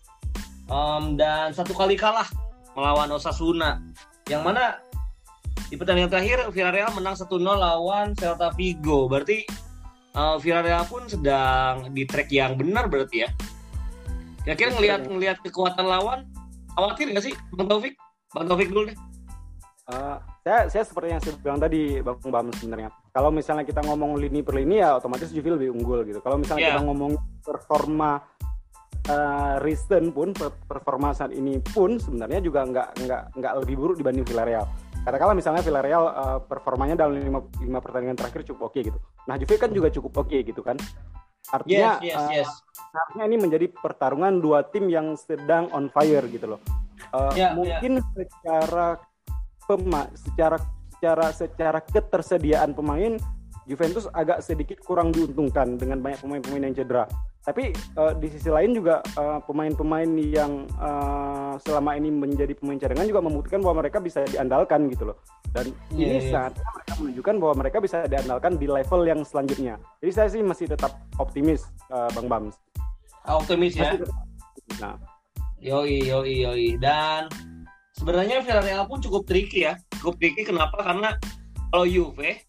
Um, dan satu kali kalah melawan Osasuna, yang mana di pertandingan terakhir Villarreal menang satu nol lawan Celta Vigo. Berarti uh, Villarreal pun sedang di track yang benar berarti ya. Kira-kira ngelihat ngelihat kekuatan lawan, khawatir nggak sih Bang Taufik? Bang Taufik dulu deh. Uh, saya saya seperti yang saya bilang tadi Bang Bam sebenarnya. Kalau misalnya kita ngomong lini per lini ya otomatis Juve lebih unggul gitu. Kalau misalnya yeah. kita ngomong performa Uh, recent pun performa saat ini pun sebenarnya juga nggak nggak nggak lebih buruk dibanding Villarreal. Katakanlah misalnya Villarreal uh, performanya dalam lima, lima pertandingan terakhir cukup oke okay, gitu. Nah Juve kan juga cukup oke okay, gitu kan. Artinya yes, yes, yes. Uh, artinya ini menjadi pertarungan dua tim yang sedang on fire gitu loh. Uh, yeah, mungkin yeah. secara pema, secara secara secara ketersediaan pemain Juventus agak sedikit kurang diuntungkan dengan banyak pemain-pemain yang cedera. Tapi uh, di sisi lain juga uh, pemain-pemain yang uh, selama ini menjadi pemain cadangan juga membuktikan bahwa mereka bisa diandalkan gitu loh. Dan yeah, ini yeah. saatnya mereka menunjukkan bahwa mereka bisa diandalkan di level yang selanjutnya. Jadi saya sih masih tetap optimis, uh, Bang Bams. Optimis ya. Nah. Yoi, yoi, yoi. Dan sebenarnya Villarreal pun cukup tricky ya. Cukup tricky kenapa? Karena kalau Juve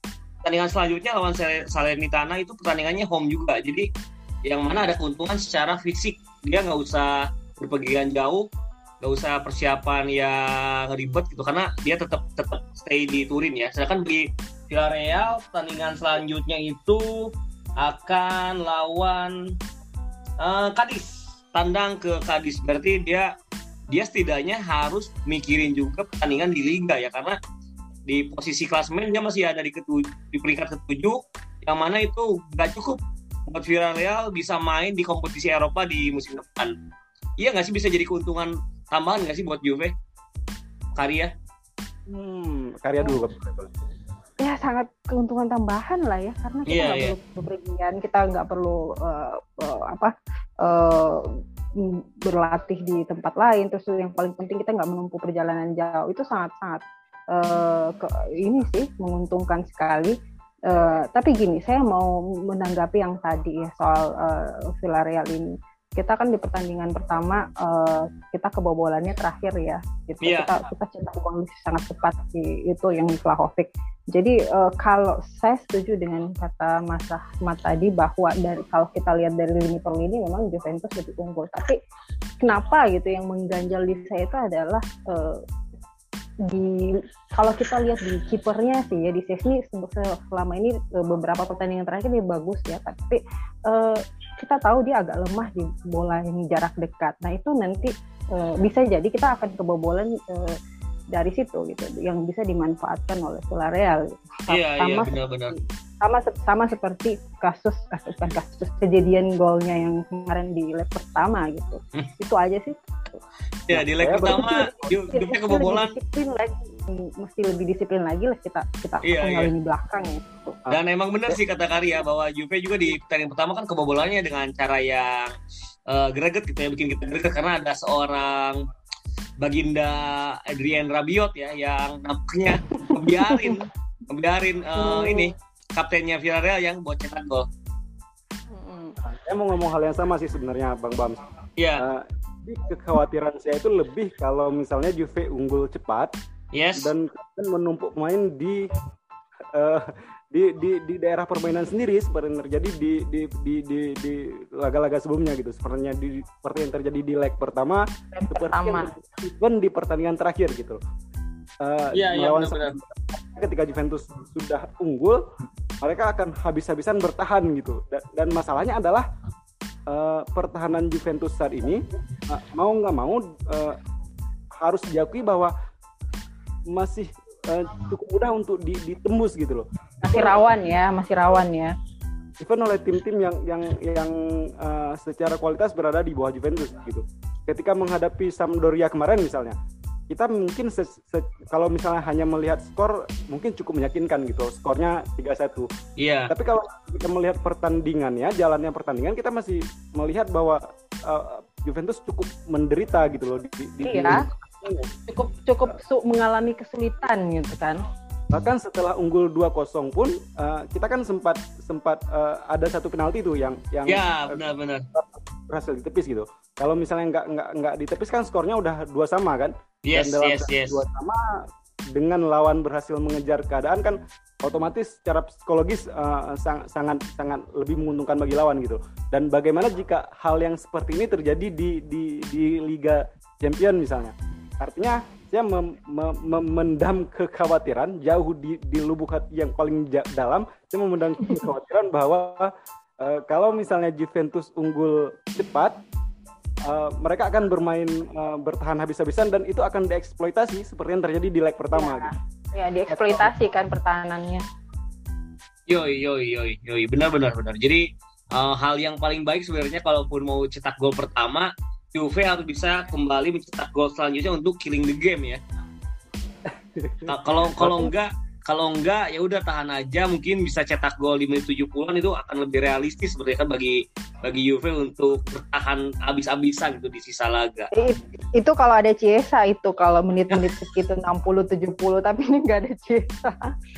pertandingan selanjutnya lawan Salernitana itu pertandingannya home juga. Jadi yang mana ada keuntungan secara fisik. Dia nggak usah berpergian jauh, nggak usah persiapan yang ribet gitu, karena dia tetap tetap stay di Turin ya. Sedangkan di Villarreal pertandingan selanjutnya itu akan lawan uh, Cadiz, tandang ke Cadiz. Berarti dia dia setidaknya harus mikirin juga pertandingan di Liga ya, karena di posisi klasemen dia masih ada di ketujuh, di peringkat ketujuh, yang mana itu nggak cukup buat Villarreal bisa main di kompetisi Eropa di musim depan. Iya nggak sih, bisa jadi keuntungan tambahan nggak sih buat Juve? Karya? Hmm, Karya dulu. Ya sangat keuntungan tambahan lah ya, karena kita nggak yeah, yeah. perlu bepergian, kita nggak perlu uh, uh, apa uh, berlatih di tempat lain. Terus yang paling penting kita nggak menempuh perjalanan jauh. Itu sangat-sangat uh, ke, ini sih menguntungkan sekali. Uh, tapi gini, saya mau menanggapi yang tadi ya soal uh, Villarreal ini. Kita kan di pertandingan pertama uh, kita kebobolannya terakhir ya, gitu. Yeah. Kita kita cetak gol sangat cepat di itu yang Vlahovic. Jadi uh, kalau saya setuju dengan kata Mas Ahmad tadi bahwa dari kalau kita lihat dari lini per lini memang Juventus lebih unggul. Tapi kenapa gitu yang mengganjal di saya itu adalah uh, di kalau kita lihat di kipernya sih ya, di Szczęsny selama ini beberapa pertandingan terakhir dia bagus ya, tapi uh, kita tahu dia agak lemah di bola yang jarak dekat. Nah itu nanti uh, bisa jadi kita akan kebobolan uh, dari situ gitu, yang bisa dimanfaatkan oleh Villarreal. Iya iya benar-benar. Sama sama seperti kasus bukan kasus kejadian golnya yang kemarin di leg pertama gitu. Hmm. Itu aja sih. Ya di leg ya, pertama Juve kebobolan. Disiplin lagi, mesti lebih disiplin lagi lah kita kita iya, iya. di belakang ya. Dan emang benar sih kata Karya bahwa Juve juga di pertandingan pertama kan kebobolannya dengan cara yang uh, greget gitu ya, bikin kita greget karena ada seorang Baginda Adrien Rabiot ya yang nampaknya ngebiarin ngebiarin uh, ini kaptennya Villarreal yang buat cetak gol. Saya mau ngomong hal yang sama sih sebenarnya Bang Bams. Iya. Uh, kekhawatiran saya itu lebih kalau misalnya Juve unggul cepat, yes, dan menumpuk pemain di uh, di di di daerah permainan sendiri seperti yang terjadi di di di di, di laga-laga sebelumnya gitu, sepertinya di seperti yang terjadi di leg pertama, leg pertama, even di pertandingan terakhir gitu. Uh, ya, melawan ya, ketika Juventus sudah unggul, mereka akan habis-habisan bertahan gitu. Dan, dan masalahnya adalah uh, pertahanan Juventus saat ini uh, mau nggak mau uh, harus diakui bahwa masih uh, cukup mudah untuk ditembus gitu loh. Masih rawan ya, masih rawan ya. Even oleh tim-tim yang yang yang uh, secara kualitas berada di bawah Juventus gitu. Ketika menghadapi Sampdoria kemarin misalnya, kita mungkin se- se- kalau misalnya hanya melihat skor mungkin cukup meyakinkan gitu, skornya tiga satu. Iya. Tapi kalau kita melihat pertandingannya, jalannya pertandingan, kita masih melihat bahwa uh, Juventus cukup menderita gitu loh di, di iya. Di... Cukup cukup su- mengalami kesulitan gitu kan. Bahkan setelah unggul dua kosong pun uh, kita kan sempat sempat uh, ada satu penalti tuh yang yang ya benar-benar berhasil ditepis gitu. Kalau misalnya nggak nggak nggak ditepis kan skornya udah dua sama kan. Yes, dan dalam yes, yes. dua sama dengan lawan berhasil mengejar keadaan kan otomatis secara psikologis uh, sang, sangat sangat lebih menguntungkan bagi lawan gitu. Dan bagaimana jika hal yang seperti ini terjadi di di di Liga Champions misalnya? Artinya saya mem, mem, memendam kekhawatiran jauh di, di lubuk hati yang paling j- dalam. Saya memendam kekhawatiran bahwa uh, kalau misalnya Juventus unggul cepat, uh, mereka akan bermain uh, bertahan habis-habisan dan itu akan dieksploitasi seperti yang terjadi di leg pertama. Ya, gitu. ya dieksploitasi kan pertahanannya. Yoi, yoi, yoi, yoi, benar-benar benar. Jadi uh, hal yang paling baik sebenarnya kalaupun mau cetak gol pertama, Juve harus bisa kembali mencetak gol selanjutnya untuk killing the game ya. Kalau kalau enggak, kalau enggak ya udah tahan aja, mungkin bisa cetak gol di menit tujuh puluhan itu akan lebih realistis sebenarnya kan bagi bagi Juve untuk bertahan habis-habisan gitu di sisa laga. Itu kalau ada Chiesa itu kalau menit-menit segitu enam puluh tujuh puluh, tapi ini enggak ada Chiesa.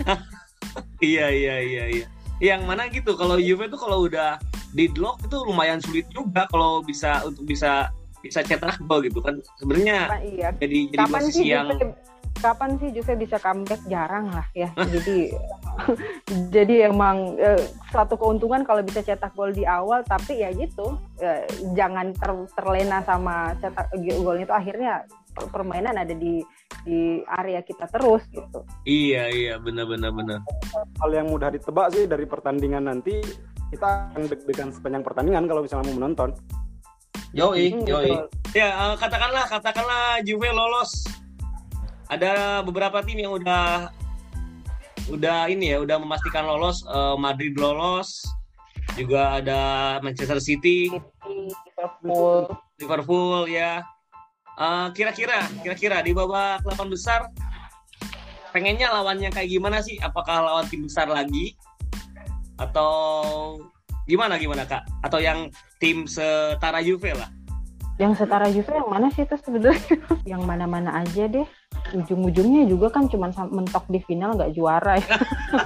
Iya iya iya iya. Yang mana gitu kalau Juve tuh kalau udah deadlock itu lumayan sulit juga kalau bisa untuk bisa bisa cetak gol gitu kan sebenarnya. Iya. Jadi jadi posisi yang Juve, kapan sih Juve bisa comeback? Jarang lah ya. Jadi Jadi emang eh, suatu keuntungan kalau bisa cetak gol di awal, tapi ya gitu, eh, jangan ter, terlena sama cetak golnya itu, akhirnya permainan ada di di area kita terus gitu. Iya iya benar-benar benar. Hal yang mudah ditebak sih dari pertandingan nanti, kita akan deg-degan sepanjang pertandingan kalau misalnya mau menonton. Yoi, Hmm, yoi. betul. Ya, uh, katakanlah katakanlah Juve lolos. Ada beberapa tim yang udah udah ini ya, udah memastikan lolos. uh, Madrid lolos. Juga ada Manchester City, Liverpool. Liverpool ya. Uh, kira-kira kira-kira di babak delapan besar pengennya lawannya kayak gimana sih? Apakah lawan tim besar lagi atau gimana gimana Kak? Atau yang tim setara Juve lah? Yang setara Juve yang mana sih itu sebenarnya? Yang mana-mana aja deh. Ujung-ujungnya juga kan cuma mentok di final, nggak juara ya.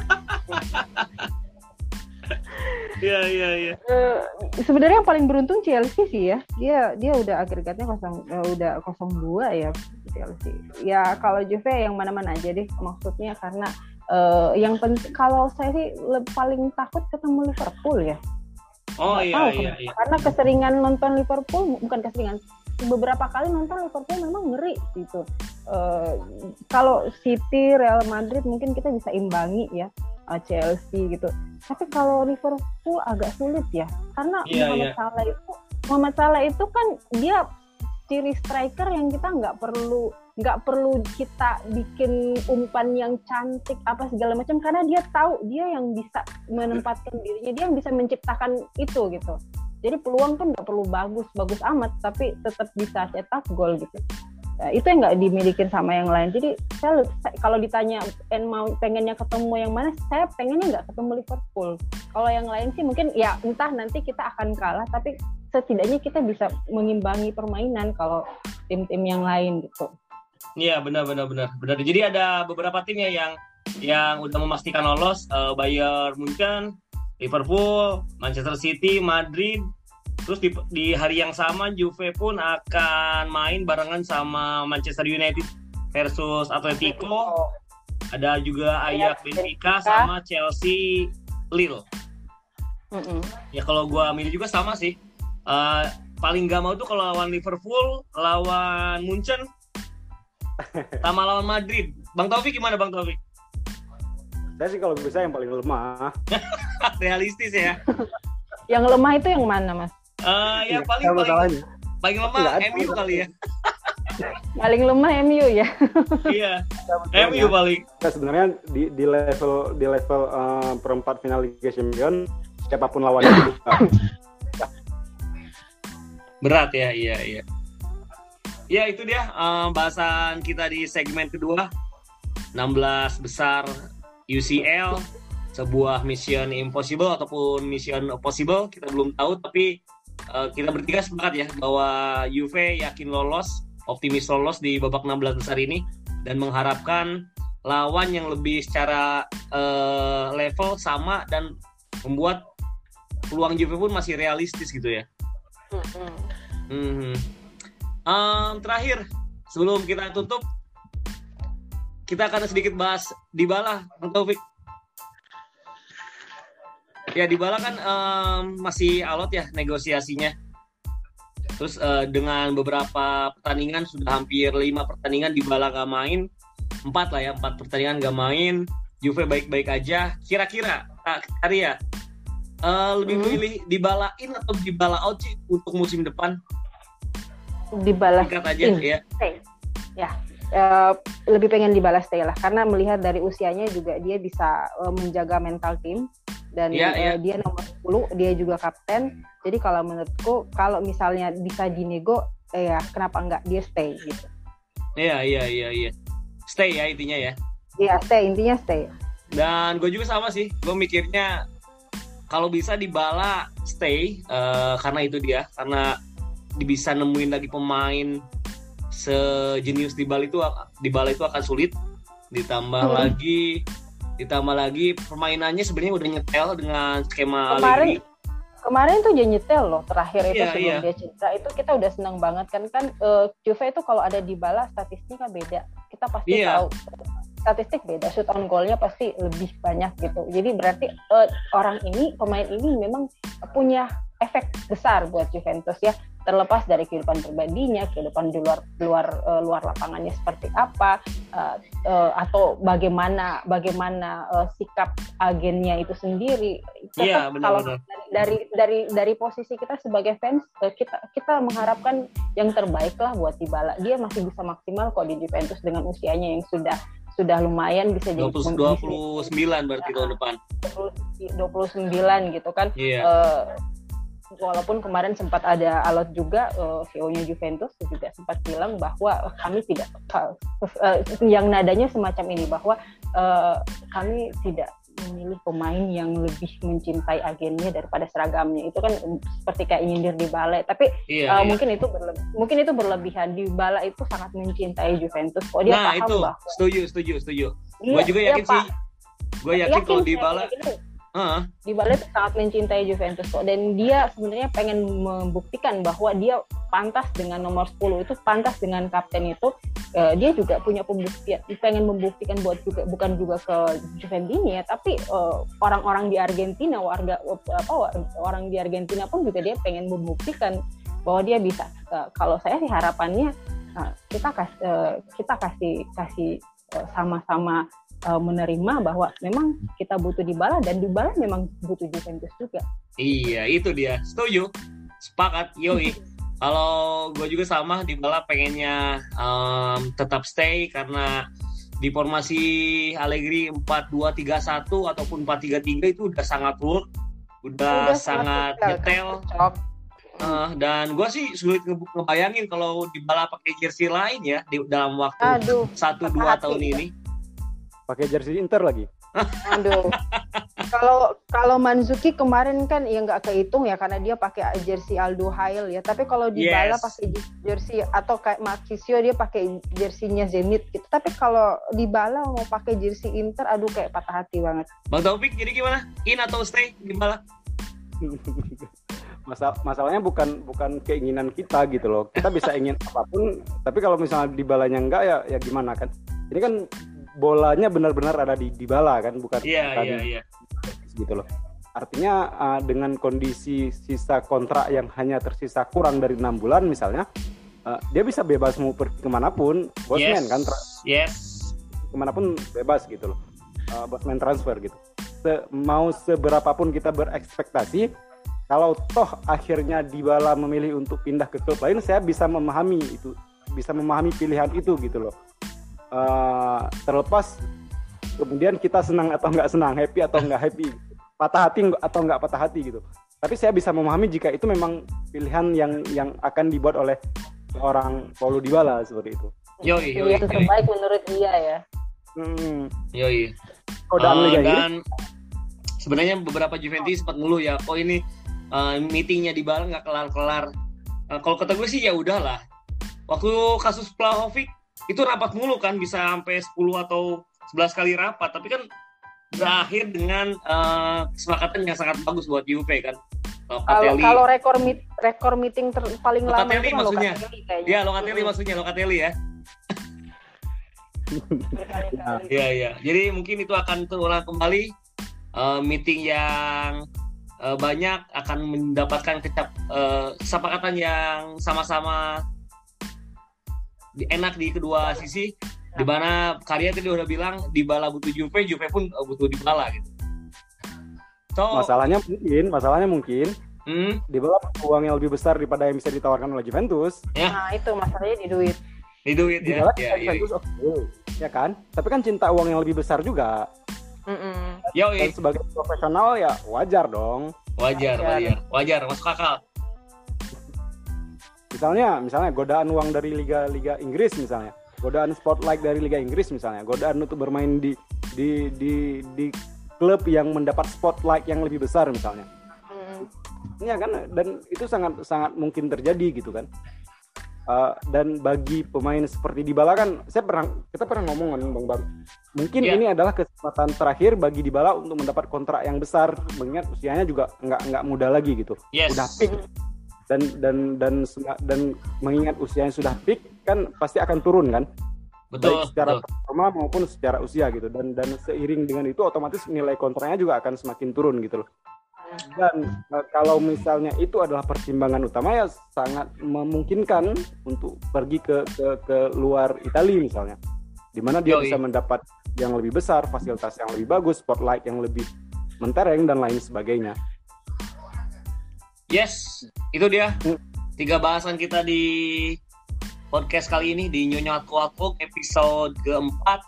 Iya iya iya. Uh, sebenarnya yang paling beruntung Chelsea sih ya. Dia dia udah agregatnya kosong uh, udah kosong dua ya Chelsea. Ya kalau Juve yang mana-mana aja deh, maksudnya karena uh, yang penting kalau saya sih le- paling takut ketemu Liverpool ya. Oh Nggak iya tahu iya kenapa. iya. Karena keseringan nonton Liverpool, bukan keseringan, beberapa kali nonton Liverpool memang ngeri gitu. Uh, kalau City, Real Madrid mungkin kita bisa imbangi ya, uh, Chelsea gitu. Tapi kalau Liverpool agak sulit ya, karena Iya, Mohamed iya. Salah itu, Mohamed Salah itu kan dia ciri striker yang kita nggak perlu nggak perlu kita bikin umpan yang cantik apa segala macam, karena dia tahu dia yang bisa menempatkan dirinya, dia yang bisa menciptakan itu gitu. Jadi peluang pun nggak perlu bagus bagus amat, tapi tetap bisa cetak gol gitu. Nah, itu yang nggak dimiliki sama yang lain. Jadi saya, saya kalau ditanya en mau pengennya ketemu yang mana, saya pengennya nggak ketemu Liverpool. Kalau yang lain sih mungkin ya entah nanti kita akan kalah, tapi setidaknya kita bisa mengimbangi permainan kalau tim-tim yang lain gitu. Iya benar benar benar benar. Jadi ada beberapa tim ya yang yang udah memastikan lolos, uh, Bayern Munchen, Liverpool, Manchester City, Madrid. Terus di, di hari yang sama Juve pun akan main barengan sama Manchester United versus Atletico. Ada juga Ajax, Benfica sama Chelsea, Lille. Mm-mm. Ya kalau gua milih juga sama sih. Uh, paling gak mau tuh kalau lawan Liverpool, lawan Munchen, sama lawan Madrid. Bang Taufik gimana Bang Taufik? Saya sih kalau bisa yang paling lemah. Realistis ya. Yang lemah itu yang mana, Mas? Uh, yang Nggak paling ada paling, masalahnya. paling lemah Nggak ada M U kali ya. Paling lemah M U ya. Iya. M U paling. Nah, sebenarnya di di level di level uh, perempat final Liga Champions, siapapun lawannya juga. Berat ya, iya iya. Ya itu dia um, bahasan kita di segmen kedua, enam belas besar U C L, sebuah mission impossible ataupun mission possible, kita belum tahu, tapi uh, kita bertiga sepakat ya bahwa Juve yakin lolos, optimis lolos di babak enam belas besar ini, dan mengharapkan lawan yang lebih secara uh, level sama dan membuat peluang Juve pun masih realistis gitu ya. Hmm. Um, terakhir sebelum kita tutup, kita akan sedikit bahas Dybala, Bang Taufik. Ya Dybala kan um, masih alot ya negosiasinya. Terus uh, dengan beberapa pertandingan, sudah hampir lima pertandingan Dybala gak main, empat lah ya, empat pertandingan gak main. Juve baik-baik aja. Kira-kira Kak Arya, uh, lebih milih Dybala in atau Dybala out sih untuk musim depan? Dibalas Singkat aja in. ya. Stay. Ya, uh, lebih pengen dibalas stay lah, karena melihat dari usianya juga dia bisa uh, menjaga mental tim, dan Ya, uh, ya. dia nomor sepuluh, dia juga kapten. Jadi kalau menurutku kalau misalnya bisa dinego, eh, ya kenapa enggak dia stay gitu. Iya iya iya iya. Stay ya intinya ya. Iya, stay, intinya stay. Dan gue juga sama sih. Gue mikirnya kalau bisa Dybala stay, uh, karena itu dia, karena bisa nemuin lagi pemain sejenius Dybala itu Dybala itu akan sulit. Ditambah hmm. lagi ditambah lagi permainannya sebenarnya udah nyetel dengan skema kemarin Lili. Kemarin tuh dia nyetel loh terakhir itu, Iya, sebelum iya. dia cedera itu kita udah senang banget kan kan uh, Juve itu kalau ada Dybala statistiknya kan beda, kita pasti Iya. tahu statistik beda, shoot on goal-nya pasti lebih banyak gitu. Jadi berarti uh, orang ini, pemain ini memang punya efek besar buat Juventus ya, terlepas dari kehidupan pribadinya, kehidupan di luar luar uh, luar lapangannya seperti apa, uh, uh, atau bagaimana bagaimana uh, sikap agennya itu sendiri. Iya, kalau benar-benar. dari dari dari posisi kita sebagai fans, uh, kita kita mengharapkan yang terbaik lah buat Dybala. Dia masih bisa maksimal kok di Juventus dengan usianya yang sudah sudah lumayan bisa jadi dua puluh sembilan berarti tahun depan. dua puluh sembilan gitu kan. Iya. Uh, walaupun kemarin sempat ada alot juga, uh, C E O-nya Juventus juga sempat bilang bahwa uh, kami tidak uh, uh, yang nadanya semacam ini, bahwa uh, kami tidak memilih pemain yang lebih mencintai agennya daripada seragamnya. Itu kan um, seperti kayak nyindir Dybala, tapi Iya, uh, iya. mungkin itu berle- mungkin itu berlebihan. Dybala itu sangat mencintai Juventus kok, dia Nah paham itu, bahwa setuju, setuju, setuju. Iya, Gue juga iya, yakin Pak. sih. Gue yakin kalau saya Dybala, yakin. Heeh. Dybala itu sangat mencintai Juventus kok, dan dia sebenarnya pengen membuktikan bahwa dia pantas dengan nomor sepuluh itu, pantas dengan kapten itu. Uh, dia juga punya pembuktian, pengen membuktikan buat juga, bukan juga ke Juventini ya, tapi uh, orang-orang di Argentina, warga apa orang di Argentina pun juga dia pengen membuktikan bahwa dia bisa. Uh, kalau saya sih harapannya uh, kita kasih uh, kita kasih kasih uh, sama-sama uh, menerima bahwa memang kita butuh Dybala, dan Dybala memang butuh Juventus juga. Iya, itu dia. Setuju. Sepakat, yoi. Kalau gue juga sama, Dybala pengennya um, tetap stay karena di formasi Allegri empat dua tiga satu ataupun empat tiga tiga itu udah sangat work, udah, udah sangat detail. Uh, dan gue sih sulit nge- ngebayangin kalau Dybala pakai jersey lain ya di dalam waktu satu dua tahun ini. Pakai jersey Inter lagi. Aduh. Kalau kalau Mandzukic kemarin kan ya nggak kehitung ya karena dia pakai jersey Aldo Hail ya. Tapi kalau Dybala yes. pakai jersey, atau kayak Marchisio dia pakai jersinya Zenit gitu. Tapi kalau Dybala mau pakai jersey Inter, aduh kayak patah hati banget. Bang Taufik, jadi gimana? In atau stay Dybala? Masal- masalahnya bukan bukan keinginan kita gitu loh. Kita bisa ingin apapun, tapi kalau misalnya Dybalanya enggak ya ya gimana kan? Ini kan bolanya benar-benar ada di Dybala kan, bukan Iya, iya, iya. Gitu loh. Artinya uh, dengan kondisi sisa kontrak yang hanya tersisa kurang dari enam bulan misalnya, uh, dia bisa bebas mau pergi kemanapun, bosman yes. kan, tra- yes, kemanapun bebas gitu loh, uh, bosman transfer gitu. Se- mau seberapapun kita berekspektasi, kalau toh akhirnya Dybala memilih untuk pindah ke klub lain, saya bisa memahami itu, bisa memahami pilihan itu gitu loh. Uh, terlepas kemudian kita senang atau nggak senang, happy atau nggak happy, patah hati atau nggak patah hati gitu. Tapi saya bisa memahami jika itu memang pilihan yang yang akan dibuat oleh seorang Paulo Dybala seperti itu. Yoi, yoi, itu terbaik menurut dia ya. Hmm. Yoi. Oh, dan, uh, dan sebenarnya beberapa Juventus sempat ngeluh ya, oh ini uh, meetingnya Dybala nggak kelar-kelar. Uh, kalau kata gue sih ya udahlah. Waktu kasus Vlahovic itu rapat mulu kan, bisa sampai sepuluh atau sebelas kali rapat, tapi kan berakhir dengan uh, kesepakatan yang sangat bagus buat Juve kan. Kalau kalau rekor meet, rekor meeting ter, paling Locatelli lama maksudnya. Iya, Locatelli hmm. maksudnya, Locatelli ya. Iya, iya. Jadi mungkin itu akan terulang kembali, uh, meeting yang uh, banyak akan mendapatkan kecap uh, kesepakatan yang sama-sama enak di kedua sisi, di mana Karya tadi udah bilang Dybala butuh Juve, Juve pun butuh Dybala gitu. So, masalahnya mungkin, masalahnya mungkin hmm? Dybala uang yang lebih besar daripada yang bisa ditawarkan oleh Juventus. Ya. Nah itu masalahnya di duit. Di duit ya. Dybala ya, ya, Juventus, ya. Okay. Ya kan? Tapi kan cinta uang yang lebih besar juga. Mm-mm. Yo, Dan sebagai profesional ya wajar dong. Wajar, wajar, wajar, masuk akal. Misalnya, misalnya godaan uang dari Liga Liga Inggris misalnya, godaan spotlight dari Liga Inggris misalnya, godaan untuk bermain di di di di klub yang mendapat spotlight yang lebih besar misalnya. Iya mm. kan, dan itu sangat sangat mungkin terjadi gitu kan. Uh, dan bagi pemain seperti Dybala kan, saya pernah kita pernah ngomong kan Bang Baru, mungkin yeah. ini adalah kesempatan terakhir bagi Dybala untuk mendapat kontrak yang besar, mengingat usianya juga nggak nggak muda lagi gitu, yes. udah peak. Dan dan dan dan mengingat usianya sudah peak kan pasti akan turun kan. Betul, baik secara betul. performa maupun secara usia gitu. Dan dan seiring dengan itu otomatis nilai kontraknya juga akan semakin turun gitu loh. Dan uh, kalau misalnya itu adalah pertimbangan utama ya sangat memungkinkan untuk pergi ke ke, ke luar Italia misalnya, di mana dia Yoi. bisa mendapat yang lebih besar, fasilitas yang lebih bagus, spotlight yang lebih mentereng dan lain sebagainya. Yes, itu dia tiga bahasan kita di podcast kali ini di Nyonya Tua Talk episode keempat.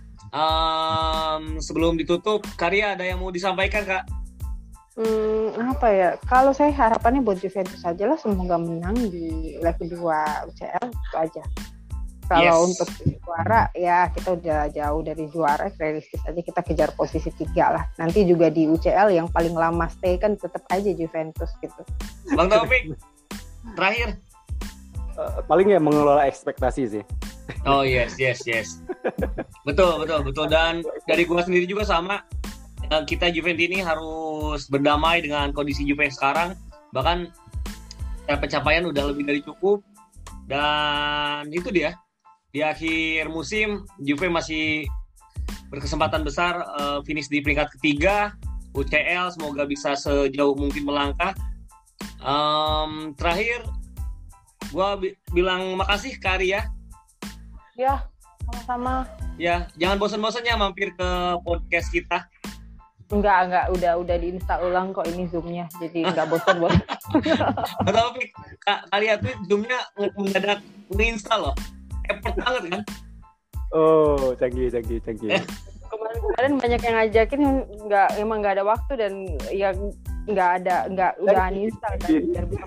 Um, sebelum ditutup, Karya ada yang mau disampaikan, Kak? Hmm, apa ya? Kalau saya harapannya buat Juventus aja lah, semoga menang di leg kedua U C L, itu aja. Kalau Yes. untuk juara ya kita udah jauh dari juara, realistis aja kita kejar posisi tiga lah. Nanti juga di U C L yang paling lama stay kan tetap aja Juventus gitu. Bang Taufik, terakhir. Uh, paling ya mengelola ekspektasi sih. Oh yes, yes, yes. Betul, betul, betul. Dan dari gua sendiri juga sama. Kita Juventus ini harus berdamai dengan kondisi Juve sekarang. Bahkan pencapaian udah lebih dari cukup. Dan itu dia. Di akhir musim Juve masih berkesempatan besar uh, finish di peringkat ketiga. U C L semoga bisa sejauh mungkin melangkah. Um, terakhir gua bi- bilang makasih Karya. Ya, sama-sama. Ya, jangan bosan-bosannya mampir ke podcast kita. Enggak, enggak, udah udah diinstal ulang kok ini Zoom-nya. Jadi enggak bosan-bosan. Taufik, Kak, Karya tuh Zoom-nya mendadak nge-install loh. Effort banget kan? Oh, canggih, canggih, canggih. Kemarin-kemarin banyak yang ngajakin, enggak, emang enggak ada waktu dan ya enggak ada, enggak udah uninstall kan biar bisa.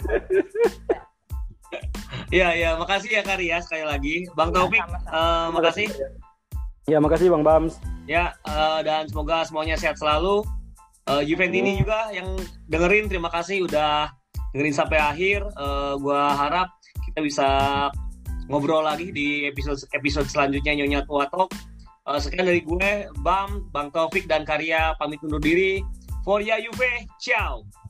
Iya, iya, makasih ya Karya sekali lagi. Bang Taufik, uh, makasih. Ya, makasih Bang Bams. Ya, uh, dan semoga semuanya sehat selalu. Uh, Juventus ini juga yang dengerin, terima kasih udah dengerin sampai akhir. Uh, gua harap kita bisa ngobrol lagi di episode episode selanjutnya Nyonya Tua Talk. Uh, sekian dari gue, Bam, Bang Taufik dan Karya pamit undur diri. For ya Juve, ciao.